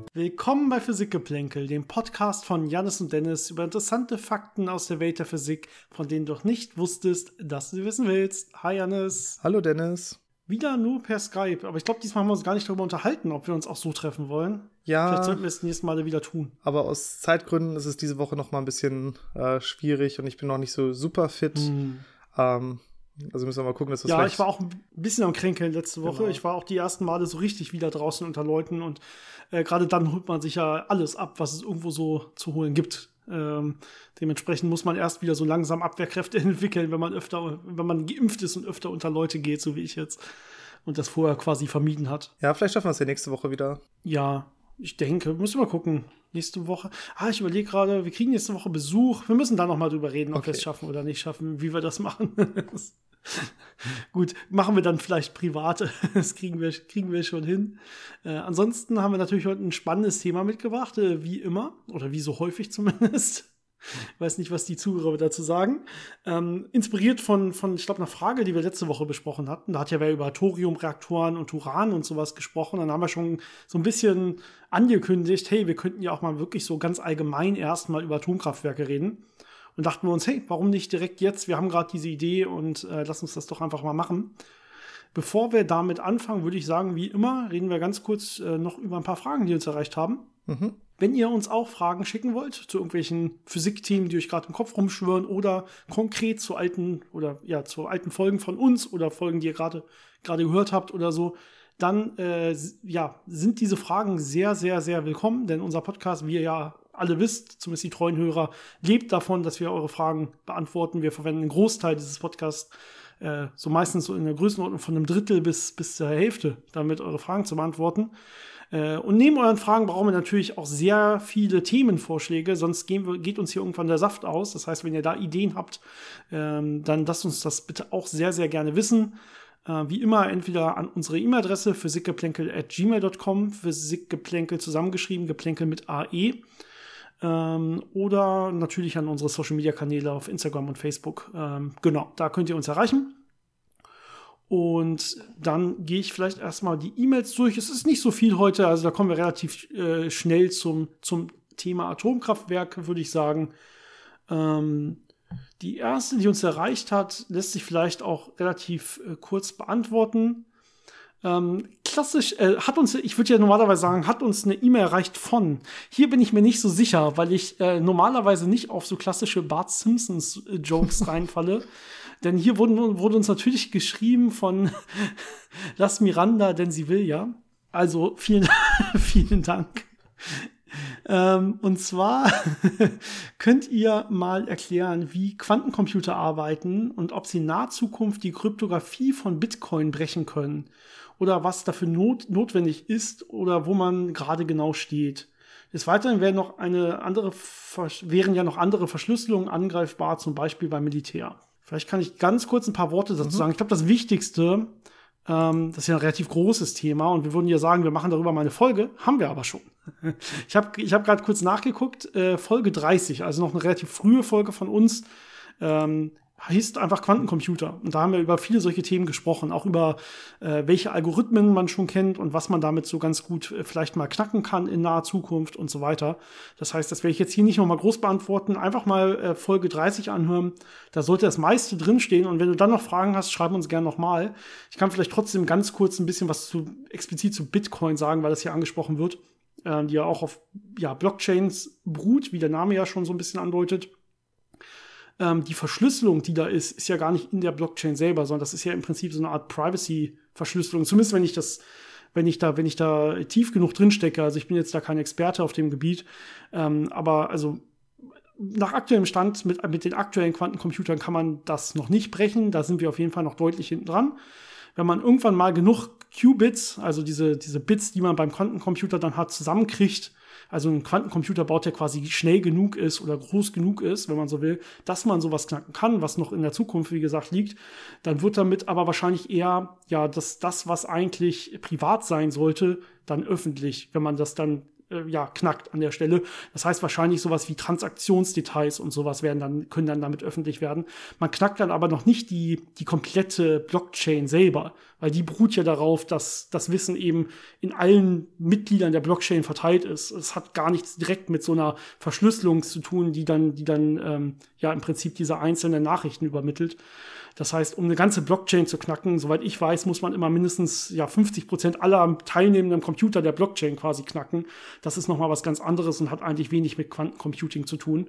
Willkommen bei Physikgeplänkel, dem Podcast von Jannis und Dennis über interessante Fakten aus der Welt der Physik, von denen du doch nicht wusstest, dass du sie wissen willst. Hi Jannis. Hallo Dennis. Wieder nur per Skype, aber ich glaube, diesmal haben wir uns gar nicht darüber unterhalten, ob wir uns auch so treffen wollen. Ja. Vielleicht sollten wir es das nächste Mal wieder tun. Aber aus Zeitgründen ist es diese Woche noch mal ein bisschen schwierig und ich bin noch nicht so super fit. Also müssen wir mal gucken, dass das ich war auch ein bisschen am Kränkeln letzte Woche. Genau. Ich war auch die ersten Male so richtig wieder draußen unter Leuten und gerade dann holt man sich ja alles ab, was es irgendwo so zu holen gibt. Dementsprechend muss man erst wieder so langsam Abwehrkräfte entwickeln, wenn man geimpft ist und öfter unter Leute geht, so wie ich jetzt, und das vorher quasi vermieden hat. Ja, vielleicht schaffen wir es ja nächste Woche wieder. Ja, ich denke, müssen wir mal gucken. Nächste Woche. Ich überlege gerade, wir kriegen nächste Woche Besuch. Wir müssen da noch mal drüber reden, ob wir es schaffen oder nicht schaffen, wie wir das machen. Gut, machen wir dann vielleicht privat. Das kriegen wir schon hin. Ansonsten haben wir natürlich heute ein spannendes Thema mitgebracht, wie immer. Oder wie so häufig zumindest. Ich weiß nicht, was die Zuhörer dazu sagen. Inspiriert von, ich glaube, einer Frage, die wir letzte Woche besprochen hatten. Da hat ja wer über Thoriumreaktoren und Uran und sowas gesprochen. Dann haben wir schon so ein bisschen angekündigt, hey, wir könnten ja auch mal wirklich so ganz allgemein erstmal über Atomkraftwerke reden. Und dachten wir uns, hey, warum nicht direkt jetzt? Wir haben gerade diese Idee und lass uns das doch einfach mal machen. Bevor wir damit anfangen, würde ich sagen, wie immer, reden wir ganz kurz noch über ein paar Fragen, die uns erreicht haben. Mhm. Wenn ihr uns auch Fragen schicken wollt zu irgendwelchen Physikthemen, die euch gerade im Kopf rumschwirren oder konkret zu alten Folgen von uns oder Folgen, die ihr gerade gehört habt oder so, dann sind diese Fragen sehr, sehr, sehr willkommen, denn unser Podcast, wie ihr ja alle wisst, zumindest die treuen Hörer, lebt davon, dass wir eure Fragen beantworten. Wir verwenden einen Großteil dieses Podcasts, so meistens so in der Größenordnung von einem Drittel bis zur Hälfte, damit eure Fragen zu beantworten. Und neben euren Fragen brauchen wir natürlich auch sehr viele Themenvorschläge, sonst geht uns hier irgendwann der Saft aus. Das heißt, wenn ihr da Ideen habt, dann lasst uns das bitte auch sehr, sehr gerne wissen. Wie immer entweder an unsere E-Mail-Adresse physikgeplänkel@gmail.com, Physikgeplänkel zusammengeschrieben, Geplänkel mit AE. Oder natürlich an unsere Social-Media-Kanäle auf Instagram und Facebook. Genau, da könnt ihr uns erreichen. Und dann gehe ich vielleicht erstmal die E-Mails durch. Es ist nicht so viel heute, also da kommen wir relativ schnell zum Thema Atomkraftwerke, würde ich sagen. Die erste, die uns erreicht hat, lässt sich vielleicht auch relativ kurz beantworten. Klassisch, ich würde ja normalerweise sagen, hat uns eine E-Mail erreicht von. Hier bin ich mir nicht so sicher, weil ich normalerweise nicht auf so klassische Bart Simpsons-Jokes reinfalle. Denn hier wurde uns natürlich geschrieben von Lass Miranda, denn sie will ja. Also vielen Dank. Und zwar könnt ihr mal erklären, wie Quantencomputer arbeiten und ob sie in naher Zukunft die Kryptographie von Bitcoin brechen können oder was dafür notwendig ist oder wo man gerade genau steht. Des Weiteren wären ja noch andere Verschlüsselungen angreifbar, zum Beispiel beim Militär. Vielleicht kann ich ganz kurz ein paar Worte dazu sagen. Ich glaube, das Wichtigste, das ist ja ein relativ großes Thema und wir würden ja sagen, wir machen darüber mal eine Folge. Haben wir aber schon. Ich hab gerade kurz nachgeguckt. Folge 30, also noch eine relativ frühe Folge von uns, hieß einfach Quantencomputer. Und da haben wir über viele solche Themen gesprochen. Auch über welche Algorithmen man schon kennt und was man damit so ganz gut vielleicht mal knacken kann in naher Zukunft und so weiter. Das heißt, das werde ich jetzt hier nicht nochmal groß beantworten. Einfach mal Folge 30 anhören. Da sollte das meiste drinstehen. Und wenn du dann noch Fragen hast, schreib uns gerne nochmal. Ich kann vielleicht trotzdem ganz kurz ein bisschen was explizit zu Bitcoin sagen, weil das hier angesprochen wird. Die ja auch auf Blockchains beruht, wie der Name ja schon so ein bisschen andeutet. Die Verschlüsselung, die da ist ja gar nicht in der Blockchain selber, sondern das ist ja im Prinzip so eine Art Privacy-Verschlüsselung. Zumindest wenn ich da tief genug drin stecke. Also ich bin jetzt da kein Experte auf dem Gebiet. Aber also nach aktuellem Stand mit den aktuellen Quantencomputern kann man das noch nicht brechen. Da sind wir auf jeden Fall noch deutlich hinten dran. Wenn man irgendwann mal genug Qubits, also diese Bits, die man beim Quantencomputer dann hat, zusammenkriegt, also ein Quantencomputer baut, der quasi schnell genug ist oder groß genug ist, wenn man so will, dass man sowas knacken kann, was noch in der Zukunft, wie gesagt, liegt, dann wird damit aber wahrscheinlich eher, das, was eigentlich privat sein sollte, dann öffentlich, wenn man das dann knackt an der Stelle. Das heißt wahrscheinlich sowas wie Transaktionsdetails und sowas können dann damit öffentlich werden. Man knackt dann aber noch nicht die komplette Blockchain selber, weil die beruht ja darauf, dass das Wissen eben in allen Mitgliedern der Blockchain verteilt ist. Es hat gar nichts direkt mit so einer Verschlüsselung zu tun, die dann im Prinzip diese einzelnen Nachrichten übermittelt. Das heißt, um eine ganze Blockchain zu knacken, soweit ich weiß, muss man immer mindestens 50% aller teilnehmenden Computer der Blockchain quasi knacken. Das ist nochmal was ganz anderes und hat eigentlich wenig mit Quantencomputing zu tun.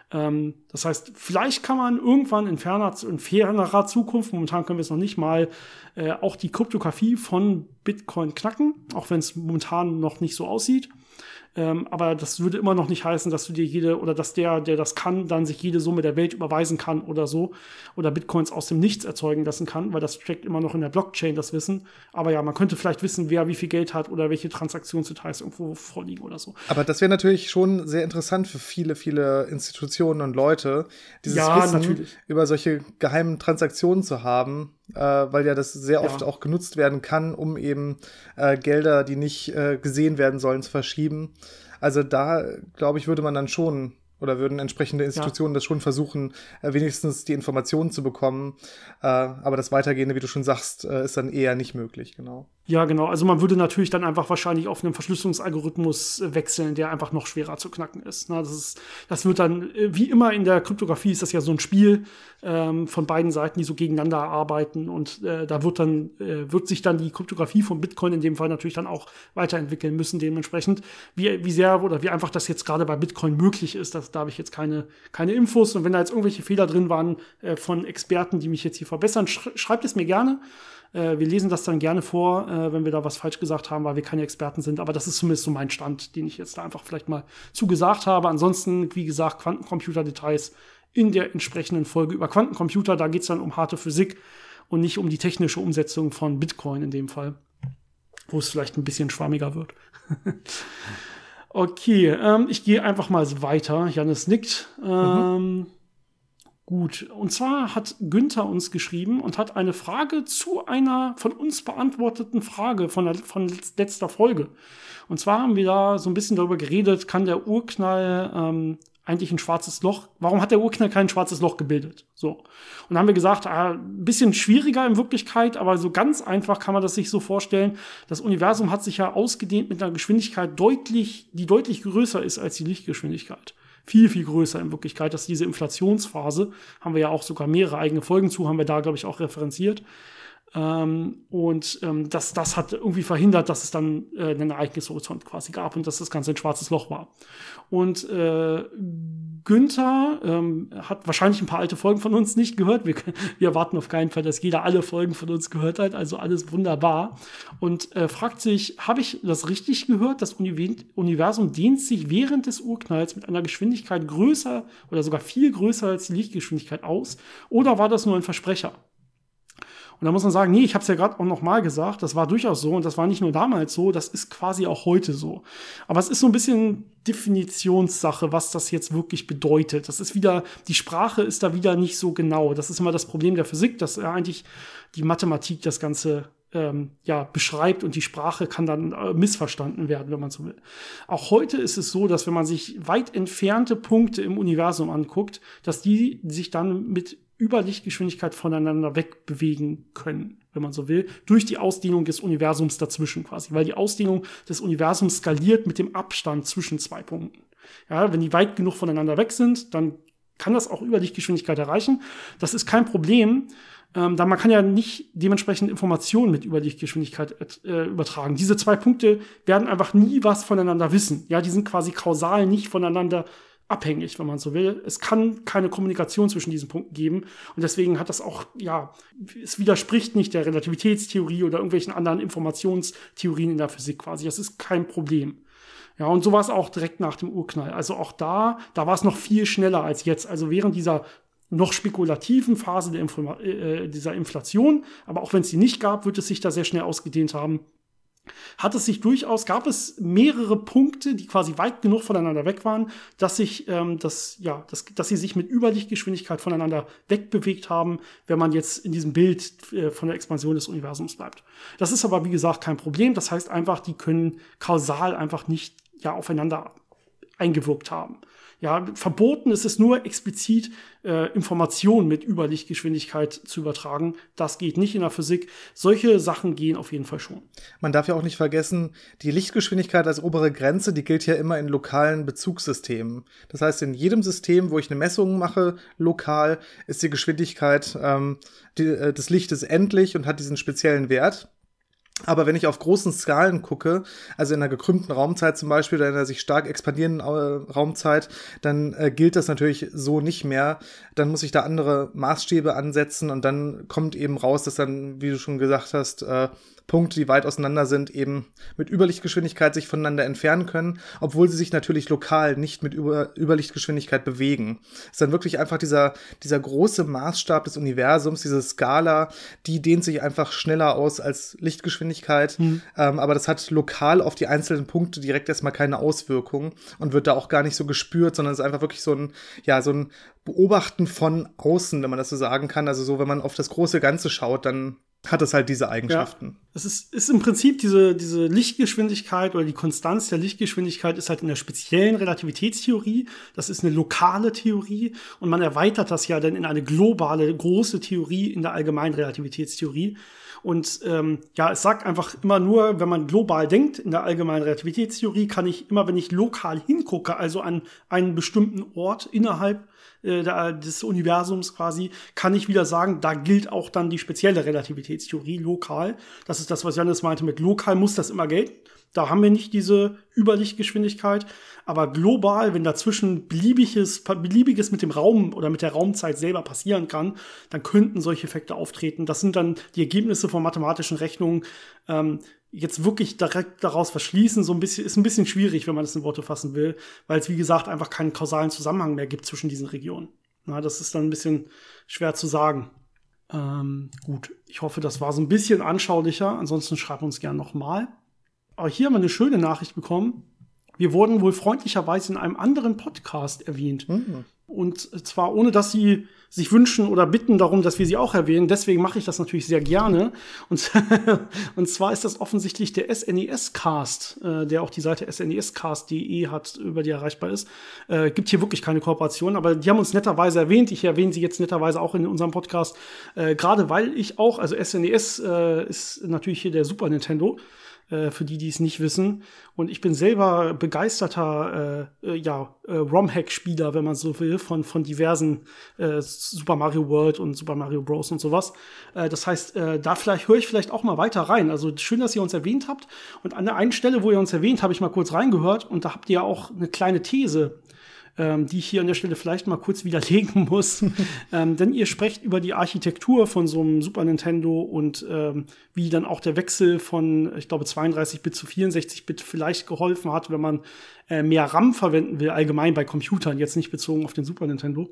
Das heißt, vielleicht kann man irgendwann in fernerer Zukunft, momentan können wir es noch nicht mal, auch die Kryptographie von Bitcoin knacken, auch wenn es momentan noch nicht so aussieht. Aber das würde immer noch nicht heißen, dass du dir dass der das kann, dann sich jede Summe der Welt überweisen kann oder so. Oder Bitcoins aus dem Nichts erzeugen lassen kann, weil das steckt immer noch in der Blockchain, das Wissen. Aber ja, man könnte vielleicht wissen, wer wie viel Geld hat oder welche Transaktionsdetails irgendwo vorliegen oder so. Aber das wäre natürlich schon sehr interessant für viele, viele Institutionen und Leute, dieses Wissen natürlich über solche geheimen Transaktionen zu haben, weil ja das sehr oft auch genutzt werden kann, um eben Gelder, die nicht gesehen werden sollen, zu verschieben. Also da, glaube ich, würde man dann schon, oder würden entsprechende Institutionen das schon versuchen, wenigstens die Informationen zu bekommen. Aber das Weitergehende, wie du schon sagst, ist dann eher nicht möglich, genau. Ja, genau. Also man würde natürlich dann einfach wahrscheinlich auf einen Verschlüsselungsalgorithmus wechseln, der einfach noch schwerer zu knacken ist. Das wird dann, wie immer in der Kryptographie ist das ja so ein Spiel von beiden Seiten, die so gegeneinander arbeiten. Und da wird sich dann die Kryptographie von Bitcoin in dem Fall natürlich dann auch weiterentwickeln müssen, dementsprechend. Wie sehr oder wie einfach das jetzt gerade bei Bitcoin möglich ist, da habe ich jetzt keine Infos. Und wenn da jetzt irgendwelche Fehler drin waren von Experten, die mich jetzt hier verbessern, schreibt es mir gerne. Wir lesen das dann gerne vor, wenn wir da was falsch gesagt haben, weil wir keine Experten sind. Aber das ist zumindest so mein Stand, den ich jetzt da einfach vielleicht mal zugesagt habe. Ansonsten, wie gesagt, Quantencomputer-Details in der entsprechenden Folge über Quantencomputer. Da geht es dann um harte Physik und nicht um die technische Umsetzung von Bitcoin in dem Fall, wo es vielleicht ein bisschen schwammiger wird. Okay, ich gehe einfach mal weiter. Jannis nickt. Gut, und zwar hat Günther uns geschrieben und hat eine Frage zu einer von uns beantworteten Frage von letzter Folge. Und zwar haben wir da so ein bisschen darüber geredet, kann der Urknall eigentlich ein schwarzes Loch, warum hat der Urknall kein schwarzes Loch gebildet? So. Und dann haben wir gesagt, ein bisschen schwieriger in Wirklichkeit, aber so ganz einfach kann man das sich so vorstellen. Das Universum hat sich ja ausgedehnt mit einer Geschwindigkeit die deutlich größer ist als die Lichtgeschwindigkeit. Viel, viel größer in Wirklichkeit. Das ist diese Inflationsphase. Haben wir ja auch sogar mehrere eigene Folgen zu, haben wir da, glaube ich, auch referenziert. Das hat irgendwie verhindert, dass es dann einen Ereignishorizont quasi gab und dass das Ganze ein schwarzes Loch war. Und Günther hat wahrscheinlich ein paar alte Folgen von uns nicht gehört. Wir erwarten auf keinen Fall, dass jeder alle Folgen von uns gehört hat. Also alles wunderbar. Und fragt sich, habe ich das richtig gehört? Das Universum dehnt sich während des Urknalls mit einer Geschwindigkeit größer oder sogar viel größer als die Lichtgeschwindigkeit aus? Oder war das nur ein Versprecher? Und da muss man sagen, nee, ich habe es ja gerade auch noch mal gesagt, das war durchaus so und das war nicht nur damals so, das ist quasi auch heute so. Aber es ist so ein bisschen Definitionssache, was das jetzt wirklich bedeutet. Das ist wieder, die Sprache ist da wieder nicht so genau. Das ist immer das Problem der Physik, dass eigentlich die Mathematik das Ganze beschreibt und die Sprache kann dann missverstanden werden, wenn man so will. Auch heute ist es so, dass wenn man sich weit entfernte Punkte im Universum anguckt, dass die sich dann mit Überlichtgeschwindigkeit voneinander wegbewegen können, wenn man so will, durch die Ausdehnung des Universums dazwischen quasi, weil die Ausdehnung des Universums skaliert mit dem Abstand zwischen zwei Punkten. Ja, wenn die weit genug voneinander weg sind, dann kann das auch Überlichtgeschwindigkeit erreichen. Das ist kein Problem, da man kann ja nicht dementsprechend Informationen mit Überlichtgeschwindigkeit übertragen. Diese zwei Punkte werden einfach nie was voneinander wissen. Ja, die sind quasi kausal nicht voneinander abhängig, wenn man so will. Es kann keine Kommunikation zwischen diesen Punkten geben und deswegen hat das auch, es widerspricht nicht der Relativitätstheorie oder irgendwelchen anderen Informationstheorien in der Physik quasi. Das ist kein Problem. Ja, und so war es auch direkt nach dem Urknall. Also auch da war es noch viel schneller als jetzt. Also während dieser noch spekulativen Phase dieser Inflation, aber auch wenn es die nicht gab, wird es sich da sehr schnell ausgedehnt haben. Gab es mehrere Punkte, die quasi weit genug voneinander weg waren, dass sie sich mit Überlichtgeschwindigkeit voneinander wegbewegt haben, wenn man jetzt in diesem Bild von der Expansion des Universums bleibt. Das ist aber, wie gesagt, kein Problem. Das heißt einfach, die können kausal einfach nicht aufeinander eingewirkt haben. Ja, verboten ist es nur explizit, Informationen mit Überlichtgeschwindigkeit zu übertragen. Das geht nicht in der Physik. Solche Sachen gehen auf jeden Fall schon. Man darf ja auch nicht vergessen, die Lichtgeschwindigkeit als obere Grenze, die gilt ja immer in lokalen Bezugssystemen. Das heißt, in jedem System, wo ich eine Messung mache, lokal, ist die Geschwindigkeit des Lichtes endlich und hat diesen speziellen Wert. Aber wenn ich auf großen Skalen gucke, also in einer gekrümmten Raumzeit zum Beispiel oder in einer sich stark expandierenden Raumzeit, dann gilt das natürlich so nicht mehr. Dann muss ich da andere Maßstäbe ansetzen und dann kommt eben raus, dass dann, wie du schon gesagt hast, Punkte, die weit auseinander sind, eben mit Überlichtgeschwindigkeit sich voneinander entfernen können, obwohl sie sich natürlich lokal nicht mit Überlichtgeschwindigkeit bewegen. Es ist dann wirklich einfach dieser große Maßstab des Universums, diese Skala, die dehnt sich einfach schneller aus als Lichtgeschwindigkeit, aber das hat lokal auf die einzelnen Punkte direkt erstmal keine Auswirkung und wird da auch gar nicht so gespürt, sondern es ist einfach wirklich so ein Beobachten von außen, wenn man das so sagen kann. Also so, wenn man auf das große Ganze schaut, dann hat es halt diese Eigenschaften. Ja, es ist im Prinzip diese Lichtgeschwindigkeit oder die Konstanz der Lichtgeschwindigkeit ist halt in der speziellen Relativitätstheorie. Das ist eine lokale Theorie und man erweitert das ja dann in eine globale, große Theorie in der allgemeinen Relativitätstheorie. Und es sagt einfach immer nur, wenn man global denkt, in der allgemeinen Relativitätstheorie kann ich immer, wenn ich lokal hingucke, also an einen bestimmten Ort innerhalb des Universums quasi, kann ich wieder sagen, da gilt auch dann die spezielle Relativitätstheorie lokal. Das ist das, was Jannis meinte, mit lokal muss das immer gelten. Da haben wir nicht diese Überlichtgeschwindigkeit. Aber global, wenn dazwischen Beliebiges mit dem Raum oder mit der Raumzeit selber passieren kann, dann könnten solche Effekte auftreten. Das sind dann die Ergebnisse von mathematischen Rechnungen. Jetzt wirklich direkt daraus verschließen, ist ein bisschen schwierig, wenn man das in Worte fassen will, weil es, wie gesagt, einfach keinen kausalen Zusammenhang mehr gibt zwischen diesen Regionen. Na, das ist dann ein bisschen schwer zu sagen. Gut, ich hoffe, das war so ein bisschen anschaulicher. Ansonsten schreibt uns gerne nochmal. Aber hier haben wir eine schöne Nachricht bekommen. Wir wurden wohl freundlicherweise in einem anderen Podcast erwähnt. Mhm. Und zwar ohne, dass sie sich wünschen oder bitten darum, dass wir sie auch erwähnen. Deswegen mache ich das natürlich sehr gerne. Und zwar ist das offensichtlich der SNES-Cast, der auch die Seite snescast.de hat, über die erreichbar ist. Gibt hier wirklich keine Kooperation, aber die haben uns netterweise erwähnt. Ich erwähne sie jetzt netterweise auch in unserem Podcast. Gerade weil ich auch, also SNES ist natürlich hier der Super Nintendo. Für die es nicht wissen. Und ich bin selber begeisterter ROM-Hack-Spieler, wenn man so will, von diversen Super Mario World und Super Mario Bros. Und sowas. Das heißt, da höre ich vielleicht auch mal weiter rein. Also schön, dass ihr uns erwähnt habt. Und an der einen Stelle, wo ihr uns erwähnt, habe ich mal kurz reingehört. Und da habt ihr auch eine kleine These, die ich hier an der Stelle vielleicht mal kurz widerlegen muss. Denn ihr sprecht über die Architektur von so einem Super Nintendo und wie dann auch der Wechsel von, ich glaube, 32-Bit zu 64-Bit vielleicht geholfen hat, wenn man mehr RAM verwenden will, allgemein bei Computern, jetzt nicht bezogen auf den Super Nintendo.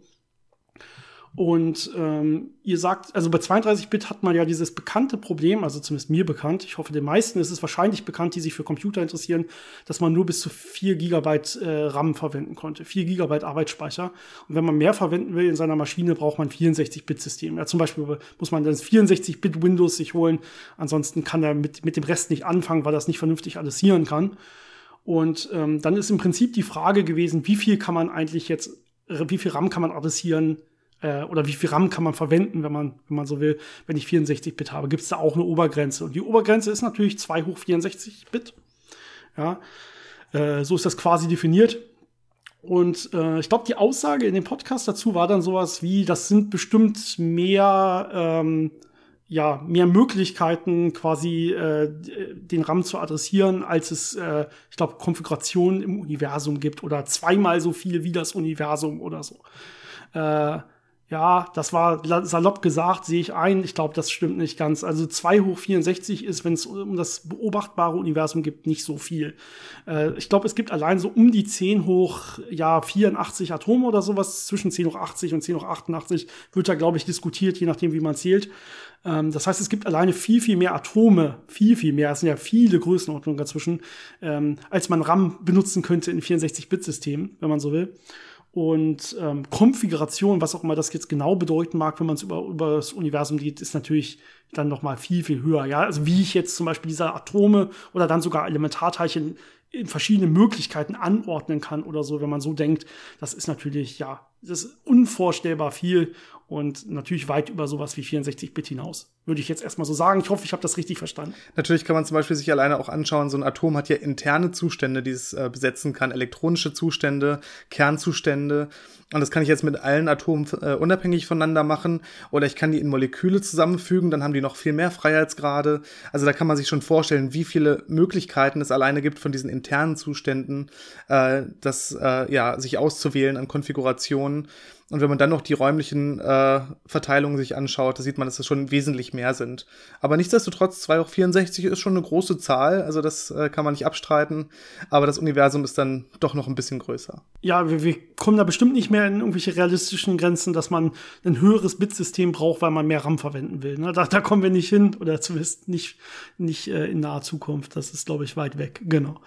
Und ihr sagt, also bei 32-Bit hat man ja dieses bekannte Problem, also zumindest mir bekannt, ich hoffe, den meisten ist es wahrscheinlich bekannt, die sich für Computer interessieren, dass man nur bis zu 4 GB RAM verwenden konnte, 4 GB Arbeitsspeicher. Und wenn man mehr verwenden will in seiner Maschine, braucht man 64-Bit-System. Ja, zum Beispiel muss man das 64-Bit Windows sich holen, ansonsten kann er mit dem Rest nicht anfangen, weil das nicht vernünftig adressieren kann. Und dann ist im Prinzip die Frage gewesen, wie viel RAM kann man adressieren, oder wie viel RAM kann man verwenden, wenn man so will, wenn ich 64-Bit habe, gibt es da auch eine Obergrenze. Und die Obergrenze ist natürlich 2 hoch 64-Bit. Ja, so ist das quasi definiert. Und ich glaube, die Aussage in dem Podcast dazu war dann sowas wie, das sind bestimmt mehr Möglichkeiten, quasi den RAM zu adressieren, als es, ich glaube, Konfigurationen im Universum gibt oder zweimal so viele wie das Universum oder so. Ja, das war salopp gesagt, sehe ich ein. Ich glaube, das stimmt nicht ganz. Also 2 hoch 64 ist, wenn es um das beobachtbare Universum gibt, nicht so viel. Ich glaube, es gibt allein so um die 10 hoch 84 Atome oder sowas. Zwischen 10 hoch 80 und 10 hoch 88 wird da, glaube ich, diskutiert, je nachdem, wie man zählt. Das heißt, es gibt alleine viel, viel mehr Atome. Viel, viel mehr. Es sind ja viele Größenordnungen dazwischen, als man RAM benutzen könnte in 64-Bit-Systemen, wenn man so will. Und Konfiguration, was auch immer das jetzt genau bedeuten mag, wenn man es über das Universum geht, ist natürlich dann noch mal viel, viel höher. Ja, also wie ich jetzt zum Beispiel diese Atome oder dann sogar Elementarteilchen in verschiedene Möglichkeiten anordnen kann oder so, wenn man so denkt, das ist natürlich, das ist unvorstellbar viel und natürlich weit über sowas wie 64-Bit hinaus. Würde ich jetzt erstmal so sagen. Ich hoffe, ich habe das richtig verstanden. Natürlich kann man zum Beispiel sich alleine auch anschauen, so ein Atom hat ja interne Zustände, die es besetzen kann, elektronische Zustände, Kernzustände. Und das kann ich jetzt mit allen Atomen unabhängig voneinander machen. Oder ich kann die in Moleküle zusammenfügen, dann haben die noch viel mehr Freiheitsgrade. Also da kann man sich schon vorstellen, wie viele Möglichkeiten es alleine gibt von diesen internen Zuständen, sich auszuwählen an Konfigurationen. Und wenn man dann noch die räumlichen Verteilungen sich anschaut, da sieht man, dass das schon wesentlich mehr sind. Aber nichtsdestotrotz, 2 hoch 64 ist schon eine große Zahl, also das kann man nicht abstreiten. Aber das Universum ist dann doch noch ein bisschen größer. Ja, wir kommen da bestimmt nicht mehr in irgendwelche realistischen Grenzen, dass man ein höheres Bitsystem braucht, weil man mehr RAM verwenden will. Ne? Da kommen wir nicht hin, oder zumindest nicht in naher Zukunft. Das ist, glaube ich, weit weg. Genau.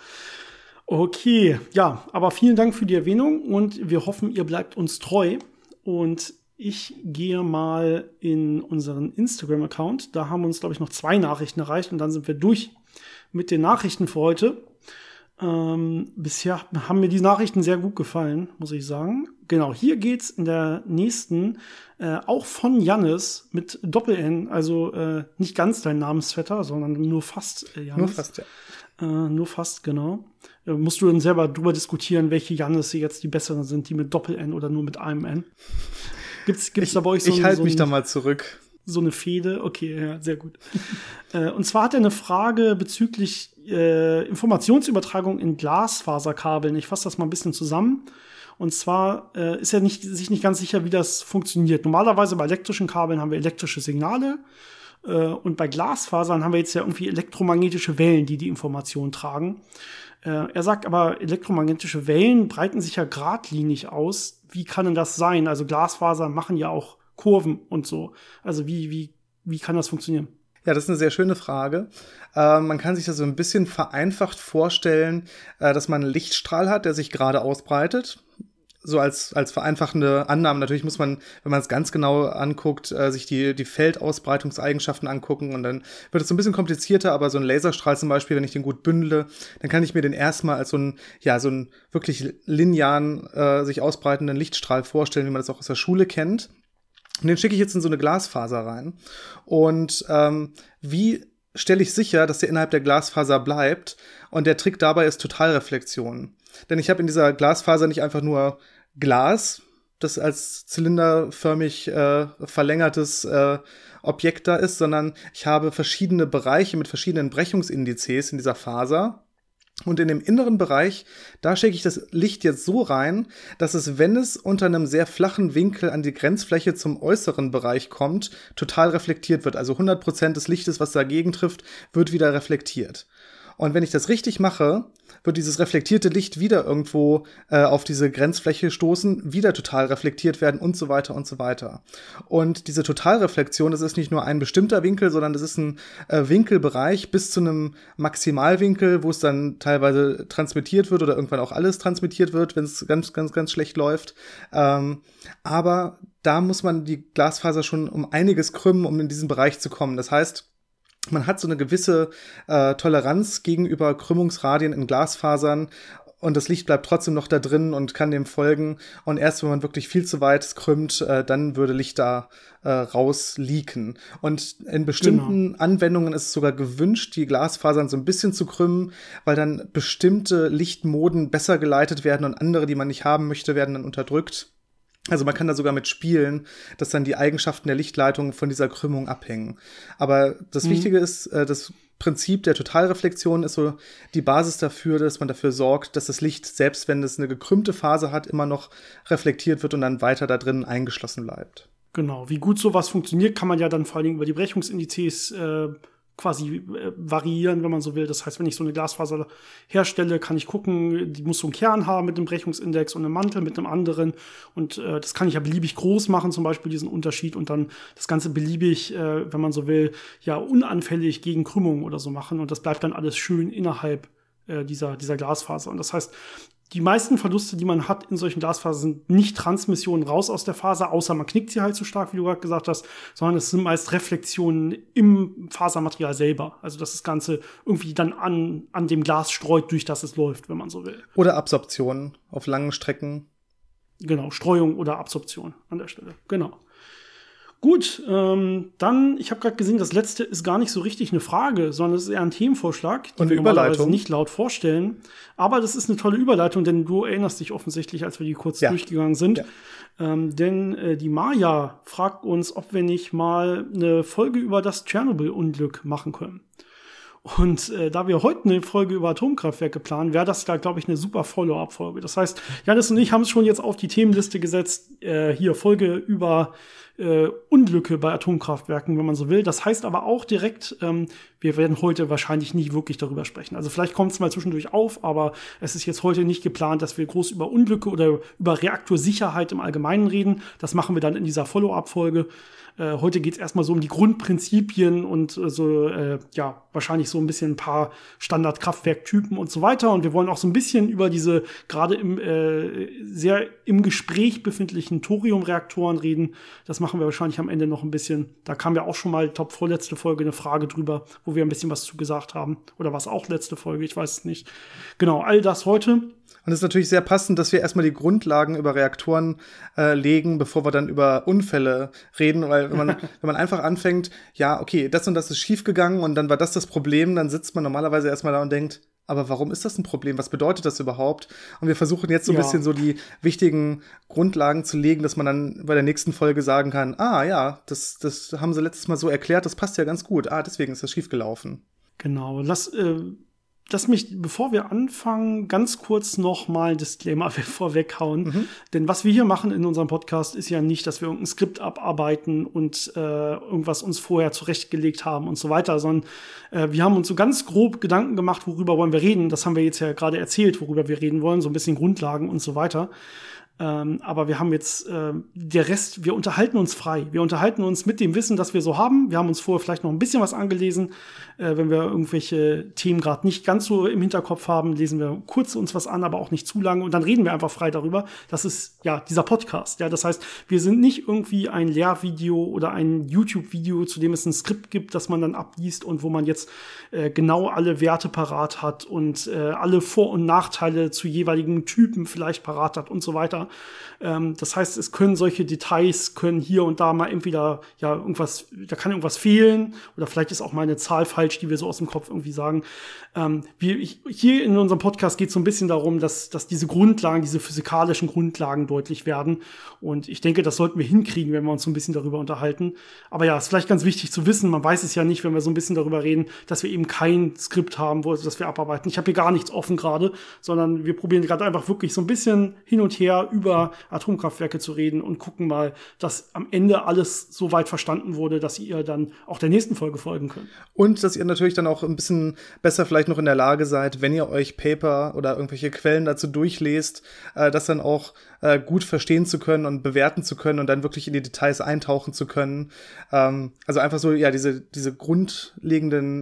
Okay, ja, aber vielen Dank für die Erwähnung und wir hoffen, ihr bleibt uns treu. Und ich gehe mal in unseren Instagram-Account. Da haben uns, glaube ich, noch 2 Nachrichten erreicht und dann sind wir durch mit den Nachrichten für heute. Bisher haben mir die Nachrichten sehr gut gefallen, muss ich sagen. Genau, hier geht's in der nächsten auch von Jannis mit Doppel-N, also nicht ganz dein Namensvetter, sondern nur fast Jannis. Nur fast, ja. Nur fast, genau. Musst du dann selber drüber diskutieren, welche Jannis jetzt die besseren sind, die mit Doppel-N oder nur mit einem N? Gibt's da bei euch so ich halte mich da mal zurück. So eine Fehde? Okay, ja, sehr gut. Und zwar hat er eine Frage bezüglich Informationsübertragung in Glasfaserkabeln. Ich fasse das mal ein bisschen zusammen. Und zwar ist er sich nicht ganz sicher, wie das funktioniert. Normalerweise bei elektrischen Kabeln haben wir elektrische Signale. Und bei Glasfasern haben wir jetzt ja irgendwie elektromagnetische Wellen, die Information tragen. Er sagt aber, elektromagnetische Wellen breiten sich ja geradlinig aus. Wie kann denn das sein? Also Glasfasern machen ja auch Kurven und so. Also wie kann das funktionieren? Ja, das ist eine sehr schöne Frage. Man kann sich das so ein bisschen vereinfacht vorstellen, dass man einen Lichtstrahl hat, der sich gerade ausbreitet. So als vereinfachende Annahme. Natürlich muss man, wenn man es ganz genau anguckt, sich die Feldausbreitungseigenschaften angucken und dann wird es so ein bisschen komplizierter, aber so ein Laserstrahl zum Beispiel, wenn ich den gut bündele, dann kann ich mir den erstmal als so einen wirklich linearen, sich ausbreitenden Lichtstrahl vorstellen, wie man das auch aus der Schule kennt. Und den schicke ich jetzt in so eine Glasfaser rein. Und wie stelle ich sicher, dass der innerhalb der Glasfaser bleibt? Und der Trick dabei ist Totalreflexion. Denn ich habe in dieser Glasfaser nicht einfach nur Glas, das als zylinderförmig verlängertes Objekt da ist, sondern ich habe verschiedene Bereiche mit verschiedenen Brechungsindizes in dieser Faser. Und in dem inneren Bereich, da schicke ich das Licht jetzt so rein, dass es, wenn es unter einem sehr flachen Winkel an die Grenzfläche zum äußeren Bereich kommt, total reflektiert wird. Also 100% des Lichtes, was dagegen trifft, wird wieder reflektiert. Und wenn ich das richtig mache, wird dieses reflektierte Licht wieder irgendwo auf diese Grenzfläche stoßen, wieder total reflektiert werden und so weiter und so weiter. Und diese Totalreflexion, das ist nicht nur ein bestimmter Winkel, sondern das ist ein Winkelbereich bis zu einem Maximalwinkel, wo es dann teilweise transmittiert wird oder irgendwann auch alles transmittiert wird, wenn es ganz, ganz, ganz schlecht läuft. Aber da muss man die Glasfaser schon um einiges krümmen, um in diesen Bereich zu kommen. Das heißt, man hat so eine gewisse Toleranz gegenüber Krümmungsradien in Glasfasern und das Licht bleibt trotzdem noch da drin und kann dem folgen. Und erst wenn man wirklich viel zu weit krümmt, dann würde Licht da rausleaken. Und in bestimmten Anwendungen ist es sogar gewünscht, die Glasfasern so ein bisschen zu krümmen, weil dann bestimmte Lichtmoden besser geleitet werden und andere, die man nicht haben möchte, werden dann unterdrückt. Also man kann da sogar mit spielen, dass dann die Eigenschaften der Lichtleitung von dieser Krümmung abhängen. Aber das Wichtige ist, das Prinzip der Totalreflexion ist so die Basis dafür, dass man dafür sorgt, dass das Licht, selbst wenn es eine gekrümmte Phase hat, immer noch reflektiert wird und dann weiter da drin eingeschlossen bleibt. Genau, wie gut sowas funktioniert, kann man ja dann vor allen Dingen über die Brechungsindizes quasi variieren, wenn man so will. Das heißt, wenn ich so eine Glasfaser herstelle, kann ich gucken, die muss so einen Kern haben mit einem Brechungsindex und einem Mantel mit einem anderen. Und das kann ich ja beliebig groß machen, zum Beispiel diesen Unterschied. Und dann das Ganze beliebig, wenn man so will, ja unanfällig gegen Krümmung oder so machen. Und das bleibt dann alles schön innerhalb dieser Glasfaser. Und das heißt, die meisten Verluste, die man hat in solchen Glasfasern, sind nicht Transmissionen raus aus der Faser, außer man knickt sie halt so stark, wie du gerade gesagt hast, sondern es sind meist Reflexionen im Fasermaterial selber. Also dass das Ganze irgendwie dann an dem Glas streut, durch das es läuft, wenn man so will. Oder Absorption auf langen Strecken. Genau, Streuung oder Absorption an der Stelle. Genau. Gut, dann, ich habe gerade gesehen, das letzte ist gar nicht so richtig eine Frage, sondern es ist eher ein Themenvorschlag, den wir normalerweise nicht laut vorstellen. Aber das ist eine tolle Überleitung, denn du erinnerst dich offensichtlich, als wir die kurz durchgegangen sind. Ja. Denn die Maja fragt uns, ob wir nicht mal eine Folge über das Tschernobyl-Unglück machen können. Und da wir heute eine Folge über Atomkraftwerke planen, wäre das da, glaube ich, eine super Follow-up-Folge. Das heißt, Janis und ich haben es schon jetzt auf die Themenliste gesetzt, hier Folge über Unglücke bei Atomkraftwerken, wenn man so will. Das heißt aber auch direkt, wir werden heute wahrscheinlich nicht wirklich darüber sprechen. Also vielleicht kommt es mal zwischendurch auf, aber es ist jetzt heute nicht geplant, dass wir groß über Unglücke oder über Reaktorsicherheit im Allgemeinen reden. Das machen wir dann in dieser Follow-up-Folge. Heute geht es erstmal so um die Grundprinzipien und wahrscheinlich so ein bisschen ein paar Standardkraftwerktypen und so weiter. Und wir wollen auch so ein bisschen über diese gerade sehr im Gespräch befindlichen Thoriumreaktoren reden. Das machen wir wahrscheinlich am Ende noch ein bisschen. Da kam ja auch schon mal vorletzte Folge eine Frage drüber, wo wir ein bisschen was zu gesagt haben. Oder was auch letzte Folge, ich weiß es nicht. Genau, all das heute. Und es ist natürlich sehr passend, dass wir erstmal die Grundlagen über Reaktoren legen, bevor wir dann über Unfälle reden, weil wenn man einfach anfängt, ja, okay, das und das ist schiefgegangen und dann war das Problem, dann sitzt man normalerweise erstmal da und denkt, aber warum ist das ein Problem? Was bedeutet das überhaupt? Und wir versuchen jetzt so ein bisschen so die wichtigen Grundlagen zu legen, dass man dann bei der nächsten Folge sagen kann, das haben sie letztes Mal so erklärt, das passt ja ganz gut. Deswegen ist das schiefgelaufen. Genau, Lass mich, bevor wir anfangen, ganz kurz noch mal ein Disclaimer vorweghauen. Denn was wir hier machen in unserem Podcast ist ja nicht, dass wir irgendein Skript abarbeiten und irgendwas uns vorher zurechtgelegt haben und so weiter, sondern wir haben uns so ganz grob Gedanken gemacht, worüber wollen wir reden. Das haben wir jetzt ja gerade erzählt, worüber wir reden wollen, so ein bisschen Grundlagen und so weiter. Aber wir haben jetzt der Rest, wir unterhalten uns frei. Wir unterhalten uns mit dem Wissen, das wir so haben. Wir haben uns vorher vielleicht noch ein bisschen was angelesen. Wenn wir irgendwelche Themen gerade nicht ganz so im Hinterkopf haben, lesen wir kurz uns was an, aber auch nicht zu lange. Und dann reden wir einfach frei darüber. Das ist ja dieser Podcast. Ja, das heißt, wir sind nicht irgendwie ein Lehrvideo oder ein YouTube-Video, zu dem es ein Skript gibt, das man dann abliest und wo man jetzt genau alle Werte parat hat und alle Vor- und Nachteile zu jeweiligen Typen vielleicht parat hat und so weiter. Das heißt, es können solche Details, können hier und da mal entweder irgendwas, da kann irgendwas fehlen oder vielleicht ist auch mal eine Zahl falsch, die wir so aus dem Kopf irgendwie sagen. Hier in unserem Podcast geht es so ein bisschen darum, dass diese Grundlagen, diese physikalischen Grundlagen deutlich werden. Und ich denke, das sollten wir hinkriegen, wenn wir uns so ein bisschen darüber unterhalten. Aber ja, ist vielleicht ganz wichtig zu wissen, man weiß es ja nicht, wenn wir so ein bisschen darüber reden, dass wir eben kein Skript haben, das wir abarbeiten. Ich habe hier gar nichts offen gerade, sondern wir probieren gerade einfach wirklich so ein bisschen hin und her über Atomkraftwerke zu reden und gucken mal, dass am Ende alles so weit verstanden wurde, dass ihr dann auch der nächsten Folge folgen könnt. Und dass ihr natürlich dann auch ein bisschen besser vielleicht noch in der Lage seid, wenn ihr euch Paper oder irgendwelche Quellen dazu durchlest, das dann auch gut verstehen zu können und bewerten zu können und dann wirklich in die Details eintauchen zu können. Also einfach so, ja, diese grundlegenden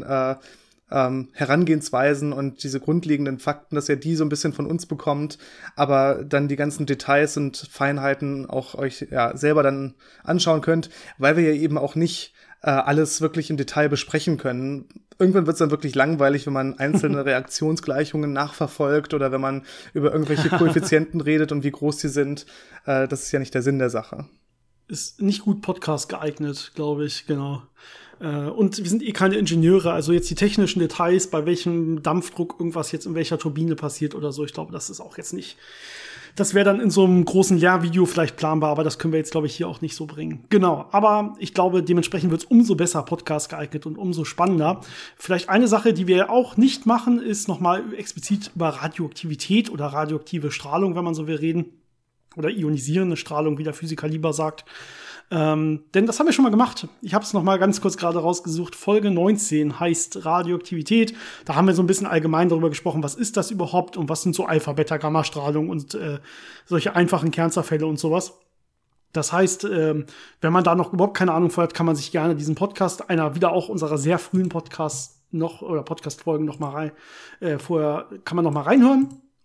Herangehensweisen und diese grundlegenden Fakten, dass ihr die so ein bisschen von uns bekommt, aber dann die ganzen Details und Feinheiten auch euch selber dann anschauen könnt, weil wir ja eben auch nicht alles wirklich im Detail besprechen können. Irgendwann wird es dann wirklich langweilig, wenn man einzelne Reaktionsgleichungen nachverfolgt oder wenn man über irgendwelche Koeffizienten redet und wie groß die sind. Das ist ja nicht der Sinn der Sache. Ist nicht gut Podcast geeignet, glaube ich, genau. Und wir sind keine Ingenieure, also jetzt die technischen Details, bei welchem Dampfdruck irgendwas jetzt in welcher Turbine passiert oder so, ich glaube, das ist auch jetzt nicht, das wäre dann in so einem großen Lehrvideo vielleicht planbar, aber das können wir jetzt, glaube ich, hier auch nicht so bringen. Genau, aber ich glaube, dementsprechend wird es umso besser Podcast geeignet und umso spannender. Vielleicht eine Sache, die wir auch nicht machen, ist nochmal explizit über Radioaktivität oder radioaktive Strahlung, wenn man so will, reden. Oder ionisierende Strahlung, wie der Physiker lieber sagt. Denn das haben wir schon mal gemacht. Ich habe es noch mal ganz kurz gerade rausgesucht. Folge 19 heißt Radioaktivität. Da haben wir so ein bisschen allgemein darüber gesprochen, was ist das überhaupt und was sind so Alpha, Beta, Gamma-Strahlung und solche einfachen Kernzerfälle und sowas. Das heißt, wenn man da noch überhaupt keine Ahnung von hat, kann man sich gerne diesen Podcast, wieder auch unserer sehr frühen Podcast-Folgen noch mal vorher kann man noch mal reinhören.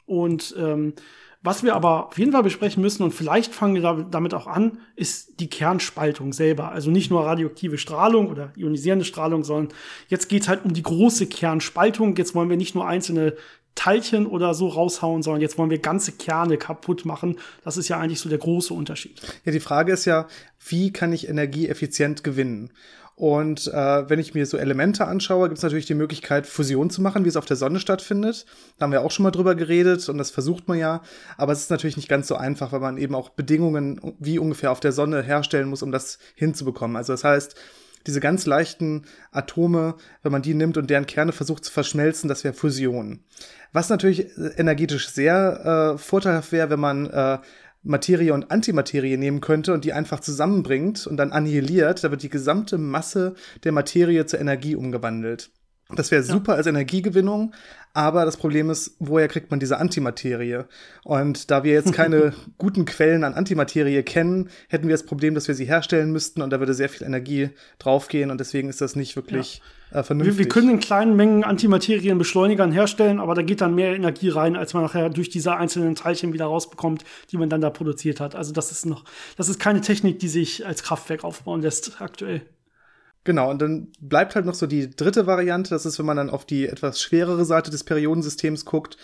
Und was wir aber auf jeden Fall besprechen müssen, und vielleicht fangen wir damit auch an, ist die Kernspaltung selber. Also nicht nur radioaktive Strahlung oder ionisierende Strahlung, sondern jetzt geht's halt um die große Kernspaltung. Jetzt wollen wir nicht nur einzelne Teilchen oder so raushauen, sondern jetzt wollen wir ganze Kerne kaputt machen. Das ist ja eigentlich so der große Unterschied. Ja, die Frage ist ja, wie kann ich Energie effizient gewinnen? Und wenn ich mir so Elemente anschaue, gibt es natürlich die Möglichkeit, Fusion zu machen, wie es auf der Sonne stattfindet. Da haben wir auch schon mal drüber geredet und das versucht man ja. Aber es ist natürlich nicht ganz so einfach, weil man eben auch Bedingungen wie ungefähr auf der Sonne herstellen muss, um das hinzubekommen. Also das heißt, diese ganz leichten Atome, wenn man die nimmt und deren Kerne versucht zu verschmelzen, das wäre Fusion. Was natürlich energetisch sehr vorteilhaft wäre, wenn man Materie und Antimaterie nehmen könnte und die einfach zusammenbringt und dann annihiliert, da wird die gesamte Masse der Materie zur Energie umgewandelt. Das wäre super als Energiegewinnung, aber das Problem ist, woher kriegt man diese Antimaterie? Und da wir jetzt keine guten Quellen an Antimaterie kennen, hätten wir das Problem, dass wir sie herstellen müssten und da würde sehr viel Energie draufgehen und deswegen ist das nicht wirklich vernünftig. Wir können in kleinen Mengen Antimaterienbeschleunigern herstellen, aber da geht dann mehr Energie rein, als man nachher durch diese einzelnen Teilchen wieder rausbekommt, die man dann da produziert hat. Also das ist keine Technik, die sich als Kraftwerk aufbauen lässt aktuell. Genau, und dann bleibt halt noch so die dritte Variante, das ist, wenn man dann auf die etwas schwerere Seite des Periodensystems guckt,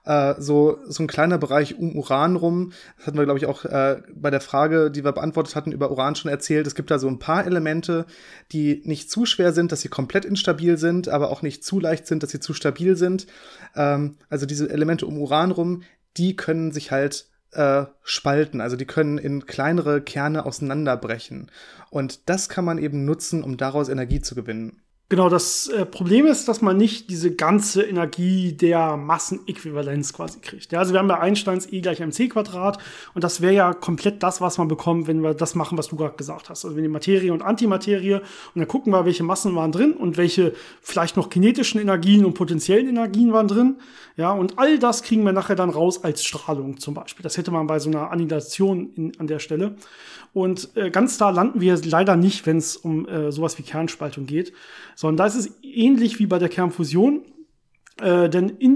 so ein kleiner Bereich um Uran rum. Das hatten wir, glaube ich, auch bei der Frage, die wir beantwortet hatten, über Uran schon erzählt. Es gibt da so ein paar Elemente, die nicht zu schwer sind, dass sie komplett instabil sind, aber auch nicht zu leicht sind, dass sie zu stabil sind. Also diese Elemente um Uran rum, die können sich halt spalten, also die können in kleinere Kerne auseinanderbrechen. Und das kann man eben nutzen, um daraus Energie zu gewinnen. Genau, das Problem ist, dass man nicht diese ganze Energie der Massenäquivalenz quasi kriegt. Ja, also wir haben bei Einsteins E = mc² und das wäre ja komplett das, was man bekommt, wenn wir das machen, was du gerade gesagt hast. Also wenn die Materie und Antimaterie und dann gucken wir, welche Massen waren drin und welche vielleicht noch kinetischen Energien und potenziellen Energien waren drin. Ja, und all das kriegen wir nachher dann raus als Strahlung zum Beispiel. Das hätte man bei so einer Annihilation an der Stelle. Und ganz da landen wir leider nicht, wenn es um sowas wie Kernspaltung geht, sondern da ist es ähnlich wie bei der Kernfusion, denn in